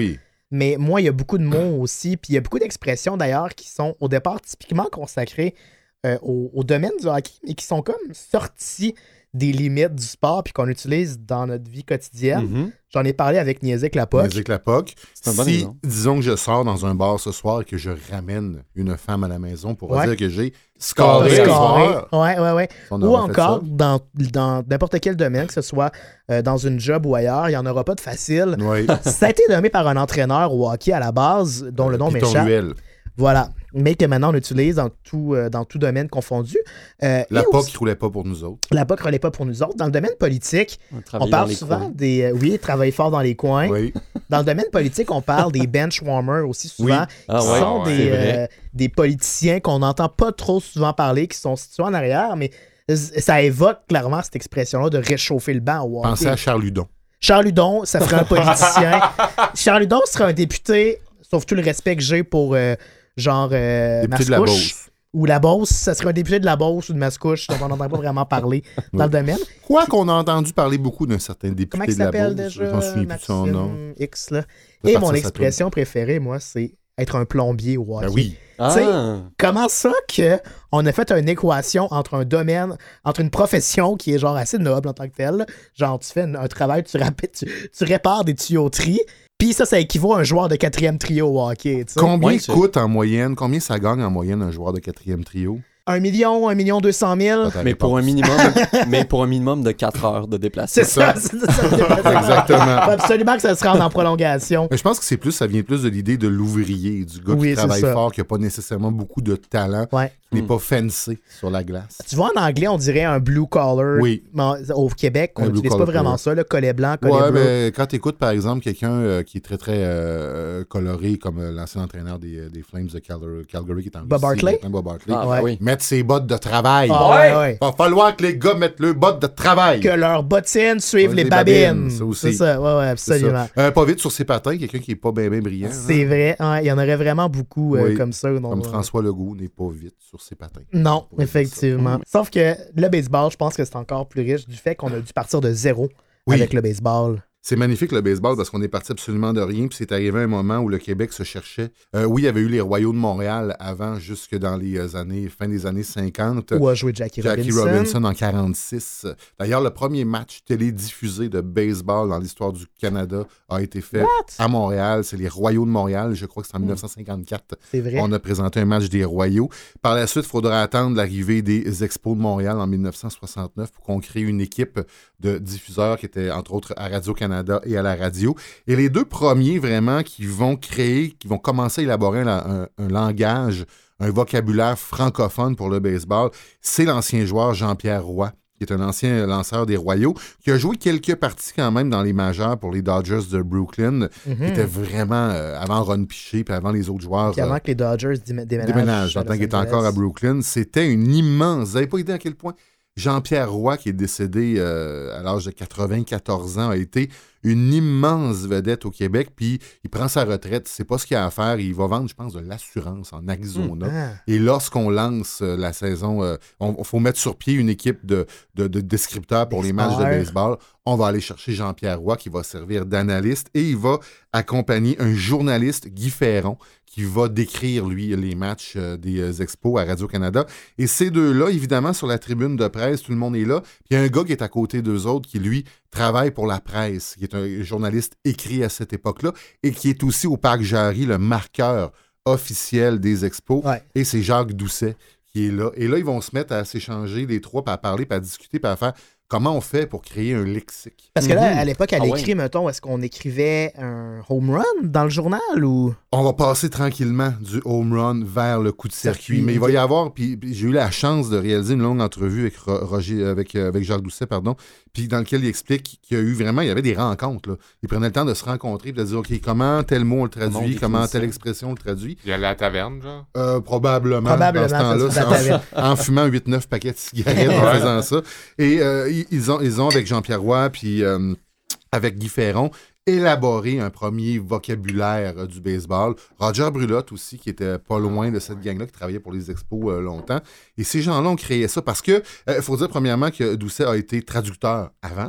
Speaker 3: Mais moi, il y a beaucoup de mots aussi, puis il y a beaucoup d'expressions d'ailleurs qui sont au départ typiquement consacrées euh, au, au domaine du hockey, mais qui sont comme sortis des limites du sport puis qu'on utilise dans notre vie quotidienne.
Speaker 2: Mhm.
Speaker 3: J'en ai parlé avec Niazik Lapoc.
Speaker 4: Niazik Lapoc.
Speaker 2: C'est un bon
Speaker 4: Si,
Speaker 2: exemple.
Speaker 4: disons que je sors dans un bar ce soir et que je ramène une femme à la maison pour
Speaker 3: Ouais.
Speaker 4: dire que j'ai
Speaker 3: Scoré,
Speaker 4: scoré ce
Speaker 3: scoré.
Speaker 4: soir,
Speaker 3: Ouais, ouais, ouais.
Speaker 4: on
Speaker 3: Ou
Speaker 4: aura fait
Speaker 3: encore,
Speaker 4: ça.
Speaker 3: dans, dans n'importe quel domaine, que ce soit euh, dans une job ou ailleurs, il n'y en aura pas de facile.
Speaker 4: Oui.
Speaker 3: Ça a été nommé par un entraîneur au hockey à la base, dont le nom
Speaker 4: Piton
Speaker 3: m'échappe.
Speaker 4: Ruel.
Speaker 3: Voilà. Mais que maintenant on utilise dans tout, euh, dans tout domaine confondu. Euh,
Speaker 4: La
Speaker 3: et
Speaker 4: P O C
Speaker 3: aussi-
Speaker 4: qui roulait pas pour nous autres.
Speaker 3: La P O C ne relève pas pour nous autres. Dans le domaine politique,
Speaker 2: On,
Speaker 3: on
Speaker 2: travaille dans
Speaker 3: parle
Speaker 2: les
Speaker 3: souvent
Speaker 2: coins.
Speaker 3: des. euh, oui, travailler fort dans les coins.
Speaker 4: Oui.
Speaker 3: Dans le domaine politique, on parle des benchwarmers aussi souvent, qui
Speaker 2: Ah ouais,
Speaker 3: sont
Speaker 1: ouais,
Speaker 3: des,
Speaker 2: c'est vrai.
Speaker 3: euh, des politiciens qu'on n'entend pas trop souvent parler, qui sont situés en arrière, mais ça évoque clairement cette expression-là de réchauffer le banc au hockey.
Speaker 4: Pensez à Charles Hudon.
Speaker 3: Charles Hudon, ça ferait un politicien. Charles Hudon serait un député, sauf tout le respect que j'ai pour euh, genre euh,
Speaker 4: Député de la
Speaker 3: Mascouche.
Speaker 4: Beauce.
Speaker 3: Ou la Beauce, ça serait un député de la Beauce ou de Mascouche, dont on n'entend pas vraiment parler dans
Speaker 4: Oui.
Speaker 3: le domaine.
Speaker 4: Quoi qu'on a entendu parler beaucoup d'un certain député
Speaker 3: Comment il
Speaker 4: de la
Speaker 3: s'appelle
Speaker 4: Beauce.
Speaker 3: déjà?
Speaker 4: Je m'en souviens plus de son nom.
Speaker 3: Maxime X, là.
Speaker 4: C'est
Speaker 3: Et
Speaker 4: parti
Speaker 3: mon
Speaker 4: de sa
Speaker 3: expression préférée, moi, c'est être un plombier au hockey.
Speaker 4: Ben oui.
Speaker 2: Ah,
Speaker 3: Comment ça que on a fait une équation entre un domaine, entre une profession qui est genre assez noble en tant que telle, genre tu fais un, un travail, tu, rap- tu, tu répares des tuyauteries, puis ça, ça équivaut à un joueur de quatrième trio au hockey. Tu sais.
Speaker 4: Combien
Speaker 2: Ouais, c'est-
Speaker 4: coûte en moyenne, combien ça gagne en moyenne un joueur de quatrième trio?
Speaker 3: Un million, un million deux cent mille.
Speaker 4: Ta
Speaker 2: mais pour un
Speaker 4: réponse.
Speaker 2: minimum, mais pour un minimum de quatre heures de déplacement.
Speaker 3: C'est ça, c'est ça.
Speaker 4: Exactement.
Speaker 3: Faut absolument que ça se rende en prolongation.
Speaker 4: Mais je pense que c'est plus, ça vient plus de l'idée de l'ouvrier, du gars
Speaker 3: Oui,
Speaker 4: qui
Speaker 3: c'est
Speaker 4: travaille
Speaker 3: ça.
Speaker 4: fort, qui n'a pas nécessairement beaucoup de talent,
Speaker 3: Ouais.
Speaker 4: qui n'est
Speaker 2: Hmm.
Speaker 4: pas fancy sur la glace.
Speaker 3: Tu vois, en anglais, on dirait un blue collar.
Speaker 4: Oui.
Speaker 3: Mais au Québec, on
Speaker 4: Un blue
Speaker 3: n'utilise pas
Speaker 4: collar
Speaker 3: vraiment
Speaker 4: player.
Speaker 3: ça, le collet blanc, collet
Speaker 4: Ouais,
Speaker 3: bleu.
Speaker 4: mais quand tu écoutes, par exemple, quelqu'un euh, qui est très, très euh, coloré, comme euh, l'ancien entraîneur des, des Flames de Calgary, Calgary qui est en
Speaker 3: Bob
Speaker 4: Russie,
Speaker 3: Hartley?
Speaker 4: maintenant, Bob Hartley.
Speaker 2: Ah,
Speaker 3: Ouais.
Speaker 2: oui.
Speaker 4: Mettre ses bottes de travail.
Speaker 3: Ah, ouais, ouais.
Speaker 4: Va falloir que les gars mettent leurs bottes de travail.
Speaker 3: Que leurs bottines suivent
Speaker 4: Ouais,
Speaker 3: les
Speaker 4: les
Speaker 3: babines.
Speaker 4: babines, ça aussi.
Speaker 3: C'est ça, ouais, ouais,
Speaker 4: C'est
Speaker 3: absolument.
Speaker 4: ça. Euh, pas vite sur ses patins, quelqu'un qui est pas bien bien brillant.
Speaker 3: C'est
Speaker 4: hein.
Speaker 3: vrai, ouais, il y en aurait vraiment beaucoup euh,
Speaker 4: Oui,
Speaker 3: comme ça. non,
Speaker 4: Comme
Speaker 3: euh,
Speaker 4: François Legault n'est pas vite sur ses patins.
Speaker 3: Non,
Speaker 4: pourrait dire
Speaker 3: effectivement. Sauf que le baseball, je pense que c'est encore plus riche du fait qu'on a dû partir de zéro
Speaker 4: Oui.
Speaker 3: avec le baseball.
Speaker 4: C'est magnifique le baseball parce qu'on est parti absolument de rien, puis c'est arrivé un moment où le Québec se cherchait. Euh, oui, il y avait eu les Royaux de Montréal avant, jusque dans les euh, années, fin des années cinquante.
Speaker 3: Où a joué Jackie,
Speaker 4: Jackie
Speaker 3: Robinson.
Speaker 4: Robinson en quarante-six. D'ailleurs, le premier match télédiffusé de baseball dans l'histoire du Canada a été fait à Montréal. C'est les Royaux de Montréal. Je crois que c'est en dix-neuf cent cinquante-quatre.
Speaker 3: C'est vrai.
Speaker 4: On a présenté un match des Royaux. Par la suite, il faudra attendre l'arrivée des Expos de Montréal en dix-neuf cent soixante-neuf pour qu'on crée une équipe de diffuseurs qui était entre autres à Radio-Canada et à la radio. Et les deux premiers vraiment qui vont créer, qui vont commencer à élaborer un, un- un langage, un vocabulaire francophone pour le baseball, c'est l'ancien joueur Jean-Pierre Roy, qui est un ancien lanceur des Royaux, qui a joué quelques parties quand même dans les majeurs pour les Dodgers de Brooklyn,
Speaker 3: Mhm.
Speaker 4: qui était vraiment euh, avant Ron Piché puis avant les autres joueurs.
Speaker 3: Puis avant
Speaker 4: euh,
Speaker 3: que les Dodgers dém- déménagent.
Speaker 4: déménage,
Speaker 3: à
Speaker 4: en tant
Speaker 3: Los
Speaker 4: qu'il était
Speaker 3: Angeles.
Speaker 4: encore à Brooklyn. C'était une immense. Vous n'avez pas idée à quel point Jean-Pierre Roy, qui est décédé euh, à l'âge de quatre-vingt-quatorze ans, a été une immense vedette au Québec. Puis il prend sa retraite, c'est pas ce qu'il a à faire. Il va vendre, je pense, de l'assurance en Arizona.
Speaker 3: Ah.
Speaker 4: Et lorsqu'on lance euh, la saison, euh, on faut mettre sur pied une équipe de, de, de descripteurs pour les matchs de
Speaker 3: D'experts.
Speaker 4: baseball. On va aller chercher Jean-Pierre Roy qui va servir d'analyste et il va accompagner un journaliste, Guy Ferron, qui va décrire, lui, les matchs euh, des euh, Expos à Radio-Canada. Et ces deux-là, évidemment, sur la tribune de presse, tout le monde est là. Puis il y a un gars qui est à côté d'eux autres qui, lui, travaille pour la presse, qui est un journaliste écrit à cette époque-là et qui est aussi au Parc Jarry, le marqueur officiel des Expos.
Speaker 3: Ouais.
Speaker 4: Et c'est Jacques Doucet qui est là. Et là, ils vont se mettre à s'échanger les trois, puis à parler, puis à discuter, puis à faire comment on fait pour créer un lexique.
Speaker 3: Parce que là,
Speaker 2: Mhm.
Speaker 3: à l'époque, à
Speaker 2: Ah ouais.
Speaker 3: l'écrit, mettons, est-ce qu'on écrivait un home run dans le journal ou.
Speaker 4: On va passer tranquillement du home run vers le coup de circuit.
Speaker 3: Circuit,
Speaker 4: Mais il va
Speaker 3: ok.
Speaker 4: y avoir, puis, puis j'ai eu la chance de réaliser une longue entrevue avec, Ro- Roger, avec, euh, avec Jacques Doucet, pardon, puis dans lequel il explique qu'il y a eu vraiment, il y avait des rencontres. Là. Il prenait le temps de se rencontrer, puis de dire, OK, comment tel mot on le
Speaker 2: Comment on
Speaker 4: traduit,
Speaker 2: décrit
Speaker 4: comment
Speaker 2: ça?
Speaker 4: telle expression on le traduit.
Speaker 1: Il y a la taverne, genre.
Speaker 4: Euh, probablement,
Speaker 3: Probablement,
Speaker 4: dans ce temps-là,
Speaker 3: ça,
Speaker 4: c'est
Speaker 3: c'est
Speaker 4: en, en fumant huit neuf paquets de cigarettes en
Speaker 1: Ouais.
Speaker 4: faisant ça. Et euh, ils, ils ont, ils ont, avec Jean-Pierre Roy, puis euh, avec Guy Ferron, élaboré un premier vocabulaire euh, du baseball. Roger Brulotte aussi, qui était pas loin de cette gang-là, qui travaillait pour les expos euh, longtemps. Et ces gens-là ont créé ça parce que, il faut dire premièrement que Doucet a été traducteur avant.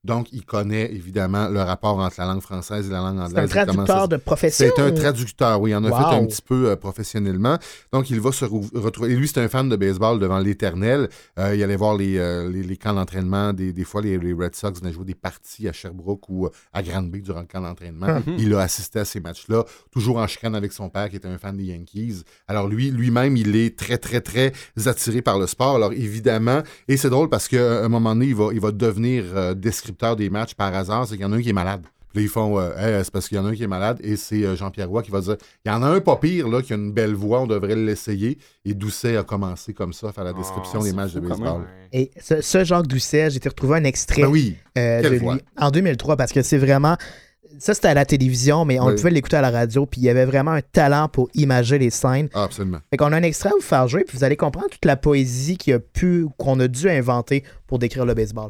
Speaker 4: Donc, il connaît évidemment le rapport entre la langue française et la langue anglaise.
Speaker 3: C'est un traducteur
Speaker 4: ça...
Speaker 3: de profession?
Speaker 4: C'est un
Speaker 3: ou...
Speaker 4: traducteur, oui. Il en a
Speaker 3: wow.
Speaker 4: fait un petit peu euh, professionnellement. Donc, il va se re- retrouver... Et lui, c'est un fan de baseball devant l'éternel. Euh, il allait voir les, euh, les, les camps d'entraînement. Des, des fois, les, les Red Sox venaient jouer des parties à Sherbrooke ou à Granby durant le camp d'entraînement. Mm-hmm. Il a assisté à ces matchs-là, toujours en chicane avec son père, qui était un fan des Yankees. Alors, lui, lui-même, il est très, très, très attiré par le sport. Alors, évidemment, et c'est drôle parce qu'à un moment donné, il va, il va devenir euh, descripteur des matchs par hasard, c'est qu'il y en a un qui est malade. Puis là, ils font euh, hey, c'est parce qu'il y en a un qui est malade et c'est euh, Jean-Pierre Roy qui va dire il y en a un pas pire là, qui a une belle voix, on devrait l'essayer. Et Doucet a commencé comme ça à faire la description oh, des matchs de baseball.
Speaker 3: Et ce, ce Jacques Doucet, j'ai été retrouvé un extrait
Speaker 4: ben oui.
Speaker 3: euh, de lui en deux mille trois parce que c'est vraiment. Ça, c'était à la télévision, mais on oui. pouvait l'écouter à la radio, puis il y avait vraiment un talent pour imager les scènes.
Speaker 4: Ah, absolument.
Speaker 3: Fait qu'on a un extrait à vous faire jouer, puis vous allez comprendre toute la poésie qu'il a pu, qu'on a dû inventer pour décrire le baseball.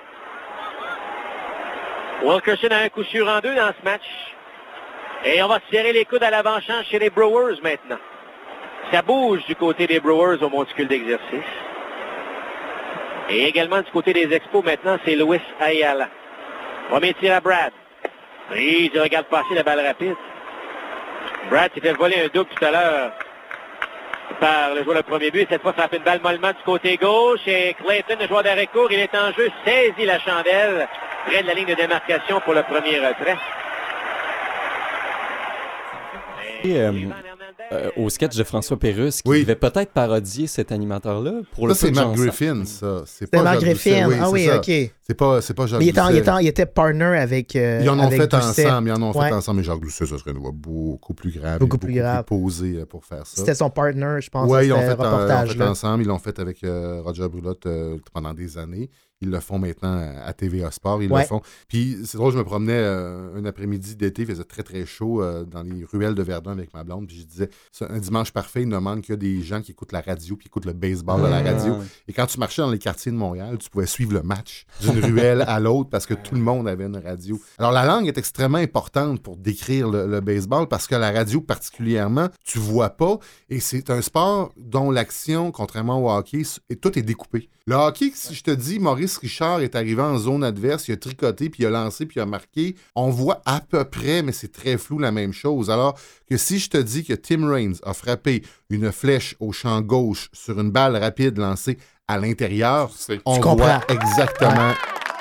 Speaker 7: Wilkerson a un coup sûr en deux dans ce match. Et on va serrer les coudes à l'avant-champ chez les Brewers maintenant. Ça bouge du côté des Brewers au monticule d'exercice. Et également du côté des Expos, maintenant, c'est Luis Ayala. Premier tir à Brad. Oui, il regarde passer la balle rapide. Brad s'est fait voler un double tout à l'heure par le joueur de premier but. Cette fois, frappe une balle mollement du côté gauche. Et Clayton, le joueur d'arrêt court, il est en jeu, saisit la chandelle près de la ligne de démarcation pour le premier retrait.
Speaker 2: Et, euh, euh, au sketch de François Pérusse, qui
Speaker 4: oui.
Speaker 2: devait peut-être parodier cet animateur-là pour
Speaker 4: ça,
Speaker 2: le
Speaker 4: c'est Mark Griffin, ça.
Speaker 3: C'est pas Mark Griffin.
Speaker 4: Oui,
Speaker 3: ah oui,
Speaker 4: ça.
Speaker 3: OK.
Speaker 4: C'est pas, c'est pas Jacques
Speaker 3: Mais il était,
Speaker 4: Doucet.
Speaker 3: il, était, il était partner avec euh,
Speaker 4: Ils en ont
Speaker 3: avec
Speaker 4: fait
Speaker 3: Doucet.
Speaker 4: ensemble. Ils en ont
Speaker 3: ouais.
Speaker 4: fait ensemble. Mais Jacques Doucet, ça serait une voix beaucoup plus grave.
Speaker 3: Beaucoup,
Speaker 4: beaucoup
Speaker 3: plus grave.
Speaker 4: Plus posée pour faire ça.
Speaker 3: C'était son partner, je pense.
Speaker 4: Oui, ils l'ont fait,
Speaker 3: reportage,
Speaker 4: en, fait ensemble. Ils l'ont fait avec euh, Roger Brulotte euh, pendant des années. Ils le font maintenant à T V A Sport. Ils
Speaker 3: ouais.
Speaker 4: le font. Puis c'est drôle, je me promenais euh, un après-midi d'été, il faisait très très chaud euh, dans les ruelles de Verdun avec ma blonde. Puis je disais, c'est un dimanche parfait, il ne manque que des gens qui écoutent la radio puis qui écoutent le baseball mmh. à la radio. Et quand tu marchais dans les quartiers de Montréal, tu pouvais suivre le match d'une ruelle à l'autre parce que tout le monde avait une radio. Alors la langue est extrêmement importante pour décrire le, le baseball parce que la radio particulièrement, tu vois pas. Et c'est un sport dont l'action, contrairement au hockey, et tout est découpé. Le hockey, si je te dis Maurice Richard est arrivé en zone adverse, il a tricoté, puis il a lancé, puis il a marqué, on voit à peu près, mais c'est très flou, la même chose. Alors que si je te dis que Tim Raines a frappé une flèche au champ gauche sur une balle rapide lancée à l'intérieur, on voit exactement...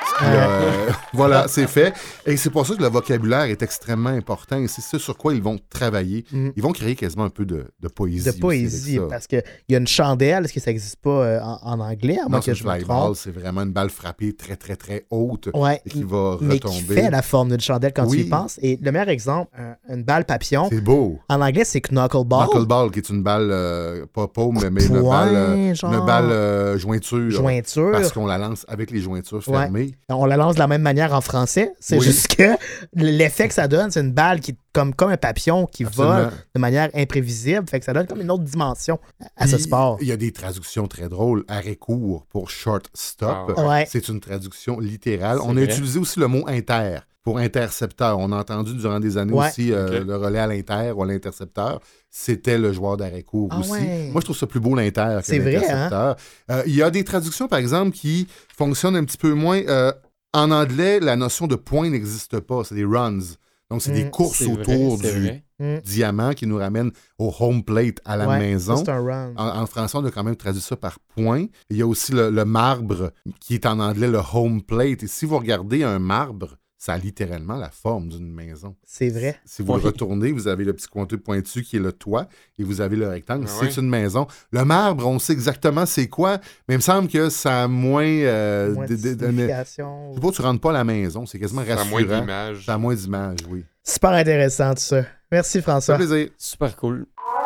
Speaker 4: Euh, voilà, c'est fait. Et c'est pour ça que le vocabulaire est extrêmement important et c'est ce sur quoi ils vont travailler. Mm. Ils vont créer quasiment un peu de, de poésie.
Speaker 3: De poésie, parce qu'il y a une chandelle, est-ce que ça n'existe pas euh, en, en anglais?
Speaker 4: Non, c'est une fly ball, c'est vraiment une balle frappée très, très, très haute
Speaker 3: ouais,
Speaker 4: et qui va
Speaker 3: mais
Speaker 4: retomber.
Speaker 3: Qui fait la forme d'une chandelle quand
Speaker 4: oui.
Speaker 3: tu y penses. Et le meilleur exemple, un, une balle papillon.
Speaker 4: C'est beau.
Speaker 3: En anglais, c'est knuckleball.
Speaker 4: Knuckleball, qui est une balle, euh, pas paume, mais, mais une balle, euh, une balle euh, jointure.
Speaker 3: Jointure.
Speaker 4: Parce qu'on la lance avec les jointures fermées.
Speaker 3: Ouais. On la lance de la même manière en français. C'est oui. juste que l'effet que ça donne, c'est une balle qui est comme, comme un papillon qui Absolument. vole de manière imprévisible. Fait que ça donne comme une autre dimension à
Speaker 4: Puis,
Speaker 3: ce sport.
Speaker 4: Il y a des traductions très drôles. Arrêt court pour short stop.
Speaker 3: Ah ouais.
Speaker 4: C'est une traduction littérale.
Speaker 2: C'est
Speaker 4: On
Speaker 2: vrai.
Speaker 4: a utilisé aussi le mot inter pour intercepteur. On a entendu durant des années
Speaker 3: ouais.
Speaker 4: aussi euh,
Speaker 2: okay.
Speaker 4: le relais à l'inter ou à l'intercepteur. C'était le joueur d'arrêt court
Speaker 3: ah
Speaker 4: aussi.
Speaker 3: Ouais.
Speaker 4: Moi, je trouve ça plus beau l'inter que
Speaker 3: c'est
Speaker 4: l'intercepteur.
Speaker 3: Vrai, hein?
Speaker 4: euh, il y a des traductions, par exemple, qui fonctionnent un petit peu moins. Euh, en anglais, la notion de point n'existe pas. C'est des runs. Donc, c'est mmh, des courses
Speaker 2: c'est
Speaker 4: autour
Speaker 2: vrai,
Speaker 4: du
Speaker 2: vrai.
Speaker 4: diamant qui nous ramène au home plate à la
Speaker 3: ouais,
Speaker 4: maison.
Speaker 3: C'est un run.
Speaker 4: En, en français, on a quand même traduit ça par point. Il y a aussi le, le marbre qui est en anglais le home plate. Et si vous regardez un marbre, ça a littéralement la forme d'une maison.
Speaker 3: C'est vrai.
Speaker 4: Si vous oui. le retournez, vous avez le petit compteur pointu qui est le toit et vous avez le rectangle. Ah c'est oui. une maison. Le marbre, on sait exactement c'est quoi, mais il me semble que ça a moins... Euh,
Speaker 3: moins de, de, de signification.
Speaker 4: Je sais pas, tu rentres pas à la maison. C'est quasiment rassurant.
Speaker 1: Ça a moins d'image.
Speaker 4: Ça a moins d'image, oui.
Speaker 3: Super intéressant tout ça. Merci François.
Speaker 4: Ça fait plaisir.
Speaker 2: Super cool.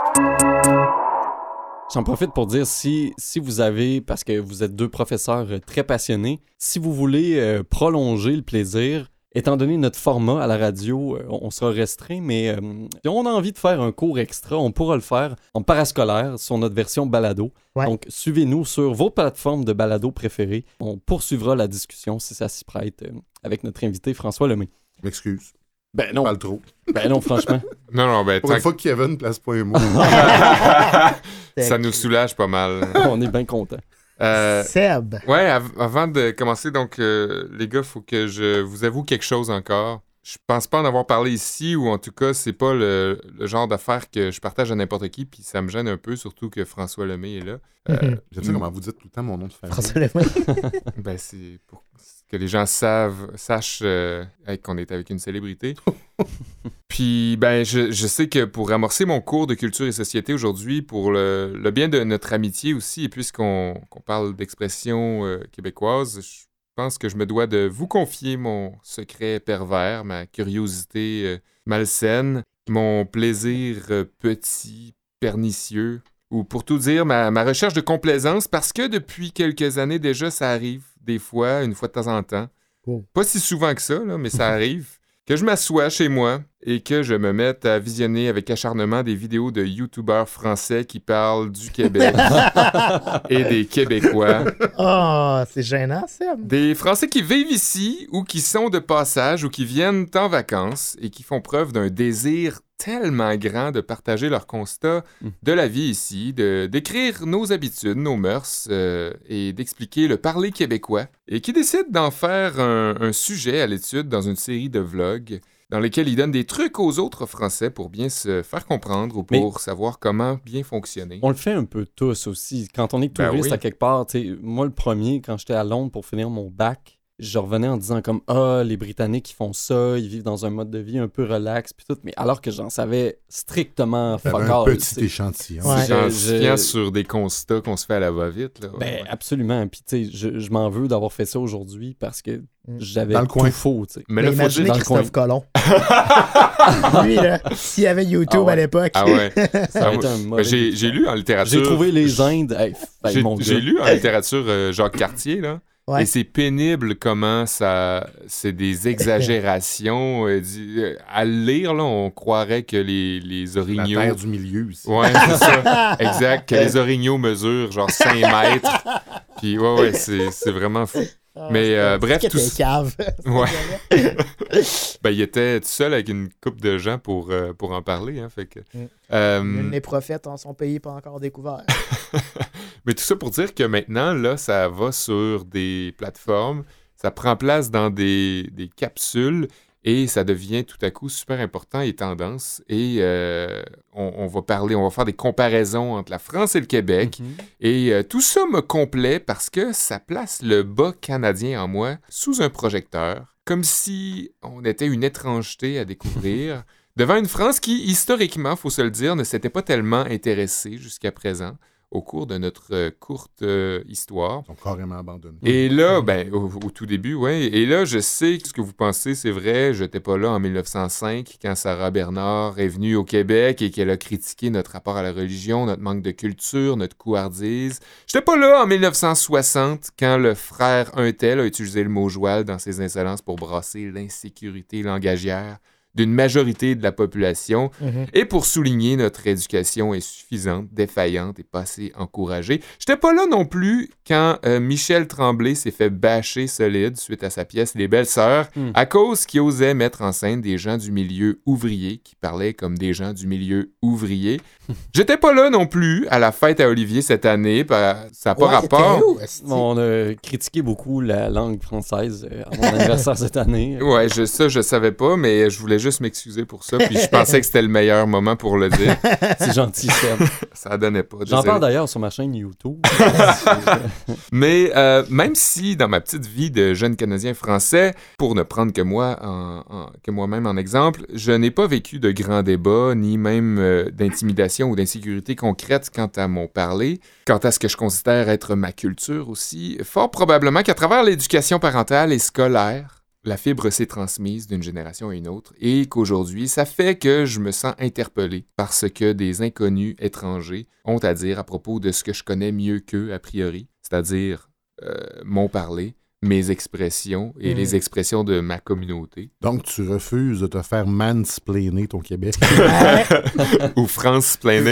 Speaker 2: J'en profite pour dire, si, si vous avez, parce que vous êtes deux professeurs très passionnés, si vous voulez euh, prolonger le plaisir... Étant donné notre format à la radio, on sera restreint, mais euh, si on a envie de faire un cours extra, on pourra le faire en parascolaire sur notre version balado.
Speaker 3: Ouais.
Speaker 2: Donc, suivez-nous sur vos plateformes de balado préférées. On poursuivra la discussion, si ça s'y prête, euh, avec notre invité François Lemay.
Speaker 4: Je m'excuse.
Speaker 2: Ben non.
Speaker 4: Pas le trop.
Speaker 2: Ben non, franchement.
Speaker 1: Non, non, ben...
Speaker 4: Pour une fois que Kevin place pas un mot.
Speaker 1: Ça nous soulage pas mal.
Speaker 2: On est bien contents.
Speaker 1: Euh,
Speaker 3: Seb.
Speaker 1: Ouais, av- avant de commencer, donc, euh, les gars, il faut que je vous avoue quelque chose encore. Je pense pas en avoir parlé ici, ou en tout cas, c'est pas le, le genre d'affaire que je partage à n'importe qui, puis ça me gêne un peu, surtout que François Lemay est là. Euh,
Speaker 4: J'aime ça comment vous dites tout le temps mon nom de famille.
Speaker 3: François Lemay.
Speaker 1: ben, c'est pour que les gens savent, sachent euh, hey, qu'on est avec une célébrité. Puis, ben, je, je sais que pour amorcer mon cours de culture et société aujourd'hui, pour le, le bien de notre amitié aussi, et puisqu'on qu'on parle d'expression euh, québécoise, je pense que je me dois de vous confier mon secret pervers, ma curiosité euh, malsaine, mon plaisir euh, petit, pernicieux, ou pour tout dire, ma, ma recherche de complaisance, parce que depuis quelques années déjà, ça arrive, des fois, une fois de temps en temps.
Speaker 3: Oh.
Speaker 1: Pas si souvent que ça, là, mais ça arrive. Que je m'assoie chez moi et que je me mette à visionner avec acharnement des vidéos de youtubeurs français qui parlent du Québec et des Québécois.
Speaker 3: Oh, c'est gênant, Seb.
Speaker 1: Des Français qui vivent ici ou qui sont de passage ou qui viennent en vacances et qui font preuve d'un désir tellement grand de partager leurs constats de la vie ici, de d'écrire nos habitudes, nos mœurs euh, et d'expliquer le parler québécois et qui décident d'en faire un, un sujet à l'étude dans une série de vlogs dans lesquels ils donnent des trucs aux autres Français pour bien se faire comprendre ou pour
Speaker 2: Mais
Speaker 1: savoir comment bien fonctionner.
Speaker 2: on le fait un peu tous aussi. Quand on est
Speaker 1: Ben
Speaker 2: touriste
Speaker 1: oui.
Speaker 2: à quelque part, tu sais, moi le premier, quand j'étais à Londres pour finir mon bac, je revenais en disant comme « Ah, les Britanniques, ils font ça, ils vivent dans un mode de vie un peu relax, puis tout. » Mais alors que j'en savais strictement fuck
Speaker 4: un
Speaker 2: all,
Speaker 4: petit
Speaker 2: tu sais.
Speaker 4: échantillon.
Speaker 3: Ouais.
Speaker 2: Je-
Speaker 1: En
Speaker 2: je-
Speaker 1: se fiant sur des constats qu'on se fait à la va-vite. Là.
Speaker 2: Ben,
Speaker 1: Ouais.
Speaker 2: absolument. Puis, tu sais, je, je m'en veux d'avoir fait ça aujourd'hui parce que
Speaker 3: Mm.
Speaker 2: j'avais
Speaker 4: Dans le
Speaker 2: tout
Speaker 4: coin.
Speaker 2: faux, tu sais.
Speaker 1: Mais
Speaker 3: Mais
Speaker 1: là, faut
Speaker 3: imaginez
Speaker 1: dire...
Speaker 2: dans le
Speaker 3: Christophe Colomb. Lui, là, s'il y avait YouTube
Speaker 2: Ah ouais.
Speaker 3: à l'époque.
Speaker 1: Ah ouais.
Speaker 2: Ça
Speaker 1: Ah,
Speaker 2: aurait été un
Speaker 1: ben,
Speaker 2: mauvais
Speaker 1: j'ai,
Speaker 2: début.
Speaker 1: j'ai lu en littérature...
Speaker 2: J'ai trouvé les Indes. Hey, ben,
Speaker 1: J'ai,
Speaker 2: mon
Speaker 1: j'ai
Speaker 2: gars.
Speaker 1: lu en littérature euh, Jacques Cartier, là.
Speaker 3: Ouais.
Speaker 1: Et c'est pénible comment ça... C'est des exagérations. euh, di- euh, à le lire, là, on croirait que les, les
Speaker 4: La
Speaker 1: orignaux...
Speaker 4: terre du milieu ici.
Speaker 1: Ouais, c'est ça. Exact. Que les orignaux mesurent genre cinq mètres. Puis ouais, ouais, c'est, c'est vraiment fou.
Speaker 3: Ah,
Speaker 1: Mais,
Speaker 3: c'est-
Speaker 1: euh,
Speaker 3: c'est
Speaker 1: bref,
Speaker 3: qui
Speaker 1: tout
Speaker 3: était
Speaker 1: ça-
Speaker 3: cave.
Speaker 1: Ouais. Ben, il était tout seul avec une couple de gens pour, euh, pour en parler. Hein, fait que,
Speaker 3: Mm.
Speaker 1: euh,
Speaker 3: Nul n'est prophète en son pays pas encore découvert.
Speaker 1: Mais tout ça pour dire que maintenant, là, ça va sur des plateformes, ça prend place dans des, des capsules et ça devient tout à coup super important et tendance. Et euh, on, on va parler, on va faire des comparaisons entre la France et le Québec.
Speaker 2: Mhm.
Speaker 1: Et euh, tout ça me complaît parce que ça place le bas canadien en moi sous un projecteur, comme si on était une étrangeté à découvrir, devant une France qui, historiquement, faut se le dire, ne s'était pas tellement intéressée jusqu'à présent au cours de notre euh, courte euh, histoire.
Speaker 4: Ils sont carrément abandonnés.
Speaker 1: Et là, ben, au, au tout début, ouais. Et là, je sais que ce que vous pensez, c'est vrai. J'étais pas là en mille neuf cent cinq quand Sarah Bernard est venue au Québec et qu'elle a critiqué notre rapport à la religion, notre manque de culture, notre couardise. J'étais pas là en mille neuf cent soixante quand le frère Untel a utilisé le mot joual dans ses insolences pour brasser l'insécurité langagière d'une majorité de la population
Speaker 3: Mhm.
Speaker 1: et pour souligner notre éducation insuffisante, défaillante et pas assez encouragée. J'étais pas là non plus quand euh, Michel Tremblay s'est fait bâcher solide suite à sa pièce Les Belles Sœurs
Speaker 2: Mm.
Speaker 1: à cause qu'il osait mettre en scène des gens du milieu ouvrier qui parlaient comme des gens du milieu ouvrier. J'étais pas là non plus à la fête à Olivier cette année, par- ça n'a pas
Speaker 3: Ouais,
Speaker 1: rapport.
Speaker 3: t'étais où, esti?
Speaker 2: On a critiqué beaucoup la langue française euh, à mon anniversaire cette année.
Speaker 1: Ouais, je, ça, je savais pas, mais je voulais juste m'excuser pour ça, puis je pensais que c'était le meilleur moment pour le dire.
Speaker 2: C'est gentil, Seb.
Speaker 1: Ça donnait pas.
Speaker 2: J'en
Speaker 1: désolé.
Speaker 2: parle d'ailleurs sur ma chaîne YouTube.
Speaker 1: Mais euh, même si dans ma petite vie de jeune Canadien français, pour ne prendre que moi, en, en- que moi-même en exemple, je n'ai pas vécu de grands débats, ni même euh, d'intimidation ou d'insécurité concrète quant à mon parler, quant à ce que je considère être ma culture aussi, fort probablement qu'à travers l'éducation parentale et scolaire, la fibre s'est transmise d'une génération à une autre et qu'aujourd'hui, ça fait que je me sens interpellé par ce que des inconnus étrangers ont à dire à propos de ce que je connais mieux qu'eux a priori, c'est-à-dire euh, mon parler, mes expressions et
Speaker 3: Mm.
Speaker 1: les expressions de ma communauté.
Speaker 4: Donc, tu refuses de te faire mansplainer ton Québec.
Speaker 1: Ou France-plainer.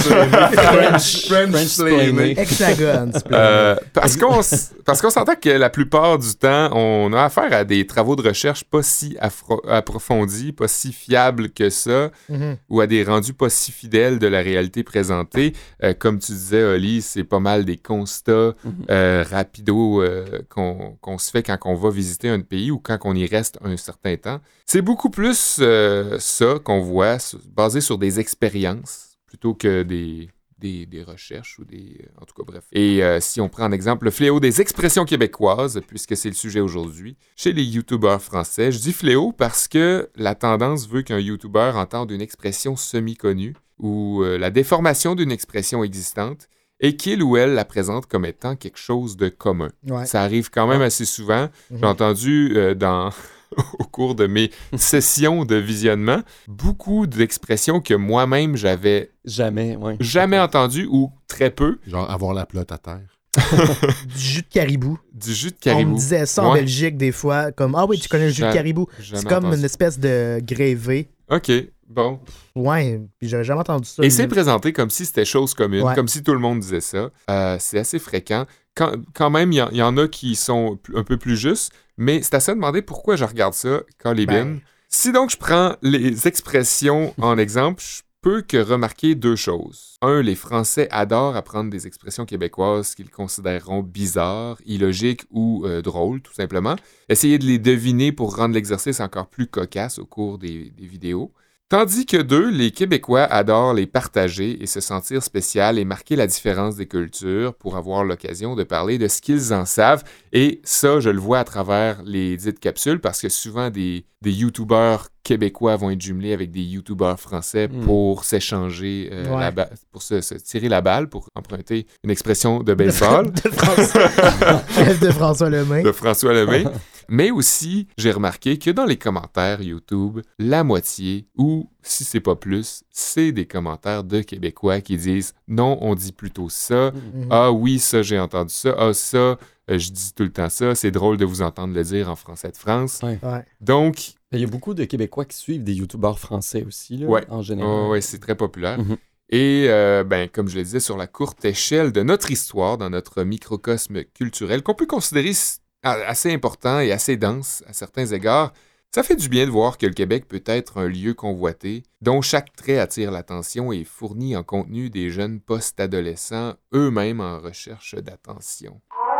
Speaker 3: French.
Speaker 2: French-plainer.
Speaker 3: Hexagone.
Speaker 1: Euh, parce qu'on s- parce qu'on s'entend que la plupart du temps, on a affaire à des travaux de recherche pas si afro- approfondis, pas si fiables que ça,
Speaker 3: Mhm.
Speaker 1: ou à des rendus pas si fidèles de la réalité présentée. Euh, comme tu disais, Oli, c'est pas mal des constats euh, rapidos euh, qu'on qu'on se fait quand on va visiter un pays ou quand on y reste un certain temps. C'est beaucoup plus euh, ça qu'on voit, s- basé sur des expériences, plutôt que des... Des, des recherches ou des... euh, En tout cas, bref. Et euh, si on prend en exemple le fléau des expressions québécoises, puisque c'est le sujet aujourd'hui, chez les youtubeurs français, je dis fléau parce que la tendance veut qu'un youtubeur entende une expression semi-connue ou euh, la déformation d'une expression existante et qu'il ou elle la présente comme étant quelque chose de commun.
Speaker 3: Ouais.
Speaker 1: Ça arrive quand même assez souvent.
Speaker 3: Mhm.
Speaker 1: J'ai entendu euh, dans... au cours de mes sessions de visionnement, beaucoup d'expressions que moi-même j'avais
Speaker 2: Jamais, ouais.
Speaker 1: jamais entendues ou très peu.
Speaker 4: Genre avoir la plotte à terre.
Speaker 3: Du jus de caribou.
Speaker 1: Du jus de
Speaker 3: On
Speaker 1: caribou.
Speaker 3: me disait ça en
Speaker 1: Ouais.
Speaker 3: Belgique des fois, comme ah oui, tu connais le jus de
Speaker 1: Ja-
Speaker 3: caribou.
Speaker 1: Jamais
Speaker 3: C'est comme
Speaker 1: entendu.
Speaker 3: une espèce de grévé.
Speaker 1: OK, bon.
Speaker 3: Ouais, puis j'avais jamais entendu ça.
Speaker 1: Et c'est présenté comme si c'était chose commune,
Speaker 3: Ouais.
Speaker 1: comme si tout le monde disait ça. Euh, c'est assez fréquent. Quand, quand même, il y, en- il y en a qui sont p- un peu plus justes, mais c'est à se demander pourquoi je regarde ça quand les
Speaker 3: Ben.
Speaker 1: bines. Si donc je prends les expressions en exemple, je peux que remarquer deux choses. Un, les Français adorent apprendre des expressions québécoises qu'ils considéreront bizarres, illogiques ou euh, drôles, tout simplement. Essayer de les deviner pour rendre l'exercice encore plus cocasse au cours des, des vidéos. Tandis que deux, les Québécois adorent les partager et se sentir spécial et marquer la différence des cultures pour avoir l'occasion de parler de ce qu'ils en savent. Et ça, je le vois à travers les dites capsules parce que souvent des, des YouTubeurs québécois vont être jumelés avec des YouTubeurs français
Speaker 2: Mm.
Speaker 1: pour s'échanger, euh,
Speaker 3: Ouais.
Speaker 1: la ba- pour se, se tirer la balle, pour emprunter une expression de baseball.
Speaker 3: de François, de François Lemay.
Speaker 1: de François Lemay. Mais aussi, j'ai remarqué que dans les commentaires YouTube, la moitié, ou si c'est pas plus, c'est des commentaires de Québécois qui disent « Non, on dit plutôt ça.
Speaker 3: Mhm.
Speaker 1: Ah oui, ça, j'ai entendu ça. Ah ça, euh, je dis tout le temps ça. C'est drôle de vous entendre le dire en français de France.
Speaker 2: Ouais.
Speaker 3: Ouais. »
Speaker 1: Donc,
Speaker 2: Il y a beaucoup de Québécois qui suivent des youtubeurs français aussi, là,
Speaker 1: Ouais.
Speaker 2: en général.
Speaker 1: oh, ouais, c'est très populaire.
Speaker 2: Mhm.
Speaker 1: Et, euh, ben, comme je le disais, sur la courte échelle de notre histoire, dans notre microcosme culturel, qu'on peut considérer s- a- assez important et assez dense à certains égards, ça fait du bien de voir que le Québec peut être un lieu convoité, dont chaque trait attire l'attention et fournit en contenu des jeunes post-adolescents, eux-mêmes en recherche d'attention.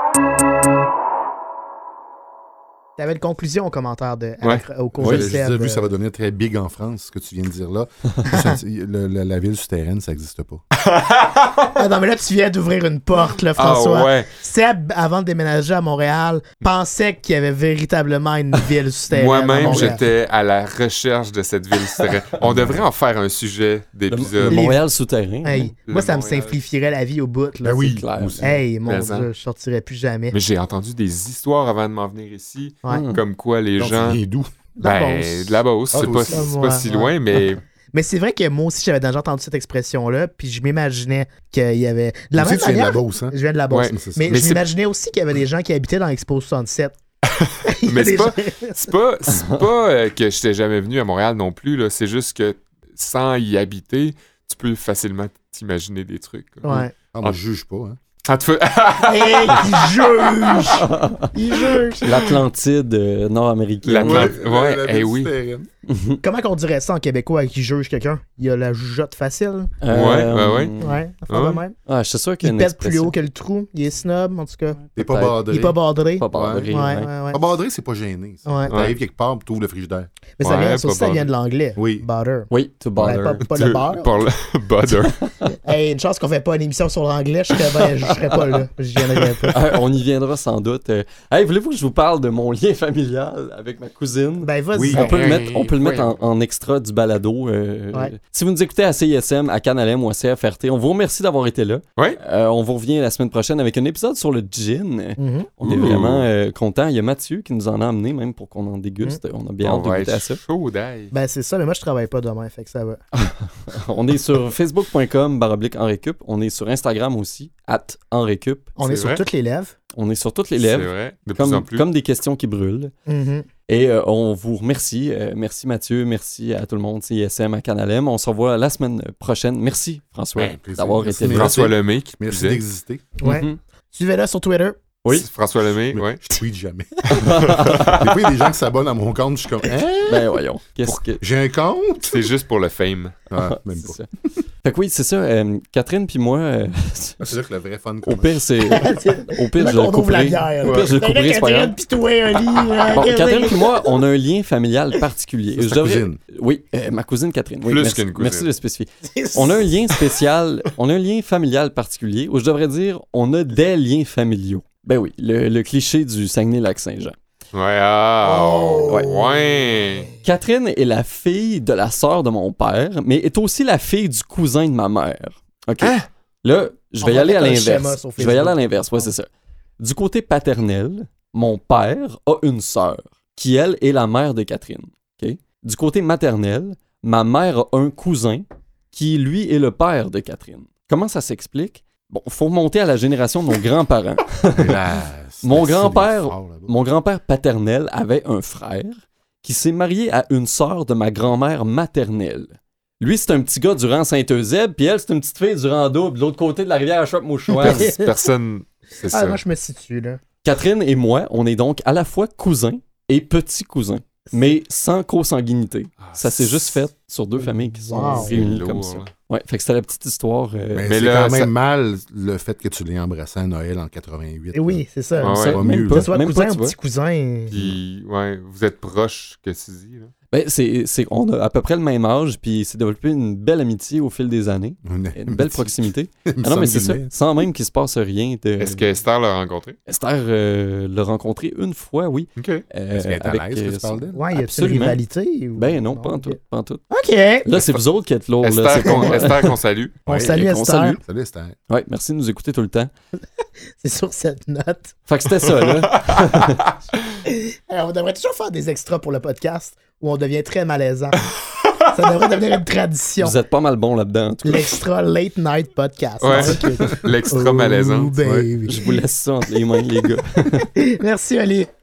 Speaker 3: T'avais une conclusion au commentaire de,
Speaker 1: Ouais.
Speaker 3: avec- au cours
Speaker 4: Ouais,
Speaker 3: de
Speaker 4: j'ai
Speaker 3: Seb,
Speaker 4: déjà vu,
Speaker 3: euh,
Speaker 4: ça va devenir très big en France, ce que tu viens de dire là. Ça, le- le- la ville souterraine, ça n'existe pas.
Speaker 3: Ah non, mais là, tu viens d'ouvrir une porte, là, François.
Speaker 1: Ah ouais!
Speaker 3: Seb, avant de déménager à Montréal, pensait qu'il y avait véritablement une ville souterraine. à
Speaker 1: Moi-même,
Speaker 3: Montréal.
Speaker 1: j'étais à la recherche de cette ville souterraine. On devrait en faire un sujet
Speaker 2: Le,
Speaker 1: d'épisode.
Speaker 2: le Montréal souterrain.
Speaker 3: Hey,
Speaker 1: Le
Speaker 3: moi, ça me
Speaker 1: Montréal.
Speaker 3: simplifierait la vie au bout. Là,
Speaker 4: Ben oui,
Speaker 2: c'est clair.
Speaker 4: aussi.
Speaker 3: Hey, mon
Speaker 1: Plaisant.
Speaker 3: Dieu, je sortirais plus jamais.
Speaker 1: Mais j'ai entendu des histoires avant de m'en venir ici,
Speaker 3: Ouais.
Speaker 2: Mm.
Speaker 1: comme quoi les
Speaker 4: Donc,
Speaker 1: gens...
Speaker 4: tu viens d'où?
Speaker 3: La
Speaker 1: Ben,
Speaker 3: Beauce.
Speaker 1: de la Beauce,
Speaker 4: Ah,
Speaker 1: c'est pas,
Speaker 4: aussi.
Speaker 1: c'est
Speaker 3: Ouais,
Speaker 1: pas si
Speaker 3: ouais.
Speaker 1: loin, mais
Speaker 3: Mais c'est vrai que moi aussi, j'avais déjà entendu cette expression-là, puis je m'imaginais qu'il y avait... De la
Speaker 4: Tu sais,
Speaker 3: même
Speaker 4: tu viens de
Speaker 3: manière...
Speaker 4: la Beauce, hein?
Speaker 3: Je viens de la Beauce.
Speaker 1: Ouais,
Speaker 4: c'est ça.
Speaker 3: mais
Speaker 1: Mais
Speaker 3: je
Speaker 1: c'est-
Speaker 3: m'imaginais aussi qu'il y avait des gens qui habitaient dans l'Expo soixante-sept. Il y a
Speaker 1: Mais c'est
Speaker 3: des
Speaker 1: pas-
Speaker 3: gens-
Speaker 1: c'est pas, c'est pas euh, que je t'ai jamais venu à Montréal non plus, là. C'est juste que sans y habiter, tu peux facilement t'imaginer des trucs. quoi.
Speaker 3: Ouais.
Speaker 4: Ah, moi, je juge pas, hein?
Speaker 1: Ah, tu fais-
Speaker 3: Hey, il juge! Il juge!
Speaker 2: L'Atlantide euh, nord-américaine.
Speaker 1: L'Atlantide.
Speaker 4: la-
Speaker 1: ouais,
Speaker 4: la
Speaker 1: eh
Speaker 4: ville
Speaker 1: oui.
Speaker 4: souterraine.
Speaker 3: Comment qu'on dirait ça en québécois qui juge quelqu'un? Il y a la jugeote facile.
Speaker 2: Euh,
Speaker 1: Ouais, ouais, ouais.
Speaker 3: Ouais, la forme
Speaker 1: Ouais.
Speaker 3: de même.
Speaker 2: Ah, je suis sûr qu'il y a
Speaker 3: Il
Speaker 2: une
Speaker 3: pète plus
Speaker 2: expression.
Speaker 3: haut que le trou. Il est snob, en tout cas.
Speaker 4: T'es pas
Speaker 2: Peut-être.
Speaker 4: badré.
Speaker 3: Il est pas badré.
Speaker 2: Pas badré,
Speaker 3: Ouais,
Speaker 2: ouais.
Speaker 3: ouais, ouais.
Speaker 4: Pas badré, c'est pas gêné. ça.
Speaker 3: Ouais.
Speaker 4: T'arrives quelque part, tu ouvres le frigidaire.
Speaker 3: Mais ça,
Speaker 1: Ouais,
Speaker 3: vient, ça,
Speaker 1: pas
Speaker 3: aussi, ça vient de
Speaker 1: badré.
Speaker 3: l'anglais.
Speaker 4: Oui.
Speaker 3: Butter.
Speaker 2: Oui, to bother.
Speaker 3: Ouais, pas, pas le beurre.
Speaker 1: Pour le butter.
Speaker 3: Hey, une chance qu'on fait pas une émission sur l'anglais, je serais, ben, je serais pas là. Je viendrais pas.
Speaker 2: Ah, on y viendra sans doute. Euh, Hey, voulez-vous que je vous parle de mon lien familial avec ma cousine?
Speaker 3: Ben, vas-y.
Speaker 4: Oui.
Speaker 2: On peut le
Speaker 1: Hey,
Speaker 2: mettre, on peut le mettre en,
Speaker 1: voyons.
Speaker 2: en extra du balado. euh,
Speaker 3: Ouais.
Speaker 2: Si vous nous écoutez à C I S M, à Canalem ou à C F R T, on vous remercie d'avoir été là.
Speaker 1: Ouais.
Speaker 2: Euh, on vous revient la semaine prochaine avec un épisode sur le gin.
Speaker 3: Mhm.
Speaker 2: On est
Speaker 1: Ouh.
Speaker 2: vraiment euh, contents. Il y a Mathieu qui nous en a amené même pour qu'on en déguste. On a bien
Speaker 1: On
Speaker 2: hâte de
Speaker 1: va
Speaker 2: goûter à
Speaker 1: être
Speaker 2: ça.
Speaker 1: chaud d'ail.
Speaker 3: Ben, c'est ça, mais moi, je travaille pas demain, fait que ça va.
Speaker 2: On est sur facebook point com baroblique en récup. On est sur Instagram aussi, at en récup.
Speaker 3: On
Speaker 1: C'est
Speaker 3: est sur
Speaker 1: vrai?
Speaker 3: toutes les lèvres.
Speaker 2: On est sur toutes les
Speaker 1: C'est
Speaker 2: lèvres,
Speaker 1: vrai, de plus en
Speaker 2: comme,
Speaker 1: plus.
Speaker 2: comme des questions qui brûlent.
Speaker 3: Mhm.
Speaker 2: Et euh, on vous remercie. Euh, merci Mathieu, merci à tout le monde, C S M, à Canal M. On se revoit la semaine prochaine. Merci François
Speaker 4: Ouais, plaisir.
Speaker 2: d'avoir
Speaker 4: Merci,
Speaker 2: été là.
Speaker 4: merci.
Speaker 1: François Lemay qui
Speaker 4: Merci
Speaker 1: disait.
Speaker 4: d'exister.
Speaker 3: Ouais.
Speaker 2: Mhm.
Speaker 3: Suivez-le sur Twitter.
Speaker 2: Oui.
Speaker 1: François Lemay,
Speaker 4: Mais
Speaker 1: ouais.
Speaker 4: Je tweete jamais. Des fois, il y a des gens qui s'abonnent à mon compte, je suis comme, hein?
Speaker 2: Ben voyons. Qu'est-ce que...
Speaker 4: J'ai un compte?
Speaker 1: C'est juste pour le fame.
Speaker 4: Ah, même
Speaker 2: C'est
Speaker 4: pas.
Speaker 2: ça. Fait que oui, c'est ça. euh, Catherine puis moi, euh,
Speaker 4: Ah, c'est là que le vrai fun
Speaker 2: au
Speaker 4: commence.
Speaker 2: pire, c'est... Au pire,
Speaker 3: Là
Speaker 2: je le
Speaker 3: qu'on ouvre la
Speaker 2: couperai.
Speaker 3: bière.
Speaker 2: Au pire, je le
Speaker 3: Ben là,
Speaker 2: couperai, c'est pas grave.
Speaker 3: Catherine, pis toi, Oli. euh,
Speaker 2: Bon,
Speaker 3: Catherine.
Speaker 2: Catherine puis moi, on a un lien familial particulier.
Speaker 4: Ça, c'est
Speaker 2: Je
Speaker 4: ta
Speaker 2: devrais-
Speaker 4: cousine.
Speaker 2: Oui, euh, ma cousine Catherine. Oui,
Speaker 1: Plus
Speaker 2: merci,
Speaker 1: qu'une cousine.
Speaker 2: Merci de le spécifier. On a un lien spécial, on a un lien familial particulier, ou je devrais dire, on a des liens familiaux. Ben oui, le, le cliché du Saguenay-Lac-Saint-Jean.
Speaker 1: Ouais, ah,
Speaker 3: Oh.
Speaker 1: ouais. ouais.
Speaker 2: Catherine est la fille de la sœur de mon père, mais est aussi la fille du cousin de ma mère. OK? Là, je
Speaker 3: On
Speaker 2: vais y
Speaker 3: va
Speaker 2: aller à
Speaker 3: mettre un schéma
Speaker 2: l'inverse.
Speaker 3: sur
Speaker 2: Je vais y aller à
Speaker 3: Facebook.
Speaker 2: l'inverse, ouais, c'est ça. Du côté paternel, mon père a une sœur, qui, elle, est la mère de Catherine. OK? Du côté maternel, ma mère a un cousin, qui, lui, est le père de Catherine. Comment ça s'explique? Bon, faut remonter à la génération de nos grands-parents.
Speaker 4: Hélas,
Speaker 2: Mon
Speaker 4: c'est
Speaker 2: grand-père-
Speaker 4: des forts, là-bas.
Speaker 2: Mon grand-père paternel avait un frère qui s'est marié à une sœur de ma grand-mère maternelle. Lui, c'est un petit gars du rang Saint-Eusèbe, puis elle, c'est une petite fille du rang double, de l'autre côté de la rivière à Choc-Mouchoise.
Speaker 1: Pers- Personne. C'est
Speaker 3: Ah,
Speaker 1: ça.
Speaker 3: moi, je me situe, là.
Speaker 2: Catherine et moi, on est donc à la fois cousins et petits-cousins, mais sans consanguinité.
Speaker 1: Ah,
Speaker 2: Ça s'est juste fait sur deux familles qui sont
Speaker 3: Wow.
Speaker 2: réunies
Speaker 1: C'est
Speaker 2: comme
Speaker 1: lourd,
Speaker 2: ça.
Speaker 1: là.
Speaker 2: Ouais, fait que c'était la petite histoire. euh,
Speaker 4: Mais,
Speaker 1: Mais
Speaker 4: c'est
Speaker 1: là,
Speaker 4: quand même
Speaker 1: ça-
Speaker 4: mal le fait que tu l'aies embrassé à Noël en quatre-vingt-huit.
Speaker 3: Et oui, c'est ça.
Speaker 1: Ah
Speaker 2: ça,
Speaker 1: ouais.
Speaker 4: va
Speaker 2: même
Speaker 4: mieux,
Speaker 2: pas,
Speaker 3: Que ce soit
Speaker 2: même
Speaker 3: cousin
Speaker 2: pas,
Speaker 3: ou
Speaker 2: tu vois.
Speaker 3: petit cousin.
Speaker 1: Puis, ouais, vous êtes proches que tu dis. Là.
Speaker 2: Ben, c'est, c'est, on a à peu près le même âge, puis c'est développé une belle amitié au fil des années.
Speaker 4: Une,
Speaker 2: Une belle proximité. Ah non, mais c'est ça. Sans même qu'il se passe rien. De...
Speaker 1: Est-ce que Esther l'a rencontré?
Speaker 2: Esther euh, l'a rencontré une fois, oui.
Speaker 1: OK.
Speaker 2: euh,
Speaker 4: Est-ce qu'elle est à
Speaker 2: avec,
Speaker 4: l'aise que
Speaker 2: euh,
Speaker 4: tu parles d'elle?
Speaker 3: Ouais, y a-t-il une
Speaker 2: Absolument.
Speaker 3: rivalité? ou-
Speaker 2: Ben non, pas en
Speaker 3: ok.
Speaker 2: tout. Pas en tout.
Speaker 3: OK.
Speaker 2: Là, c'est vous autres qui êtes lourds. Là,
Speaker 1: Esther
Speaker 2: c'est pas
Speaker 1: qu'on
Speaker 2: moi.
Speaker 1: Esther qu'on salue.
Speaker 3: On
Speaker 2: Ouais,
Speaker 3: salue
Speaker 2: et qu'on
Speaker 3: Esther.
Speaker 2: salue.
Speaker 4: Salut, Esther.
Speaker 2: Ouais, merci de nous écouter tout le temps.
Speaker 3: C'est sur cette note.
Speaker 2: Fait que c'était ça, là.
Speaker 3: Alors, on devrait toujours faire des extras pour le podcast où on devient très malaisant. Ça devrait devenir une tradition.
Speaker 2: Vous êtes pas mal bon là-dedans, en tout cas.
Speaker 3: L'extra late night podcast.
Speaker 1: Ouais.
Speaker 3: Ok.
Speaker 1: L'extra
Speaker 3: Oh,
Speaker 1: malaisant.
Speaker 3: baby.
Speaker 2: Je vous laisse ça entre les mains, les gars.
Speaker 3: Merci, Ali.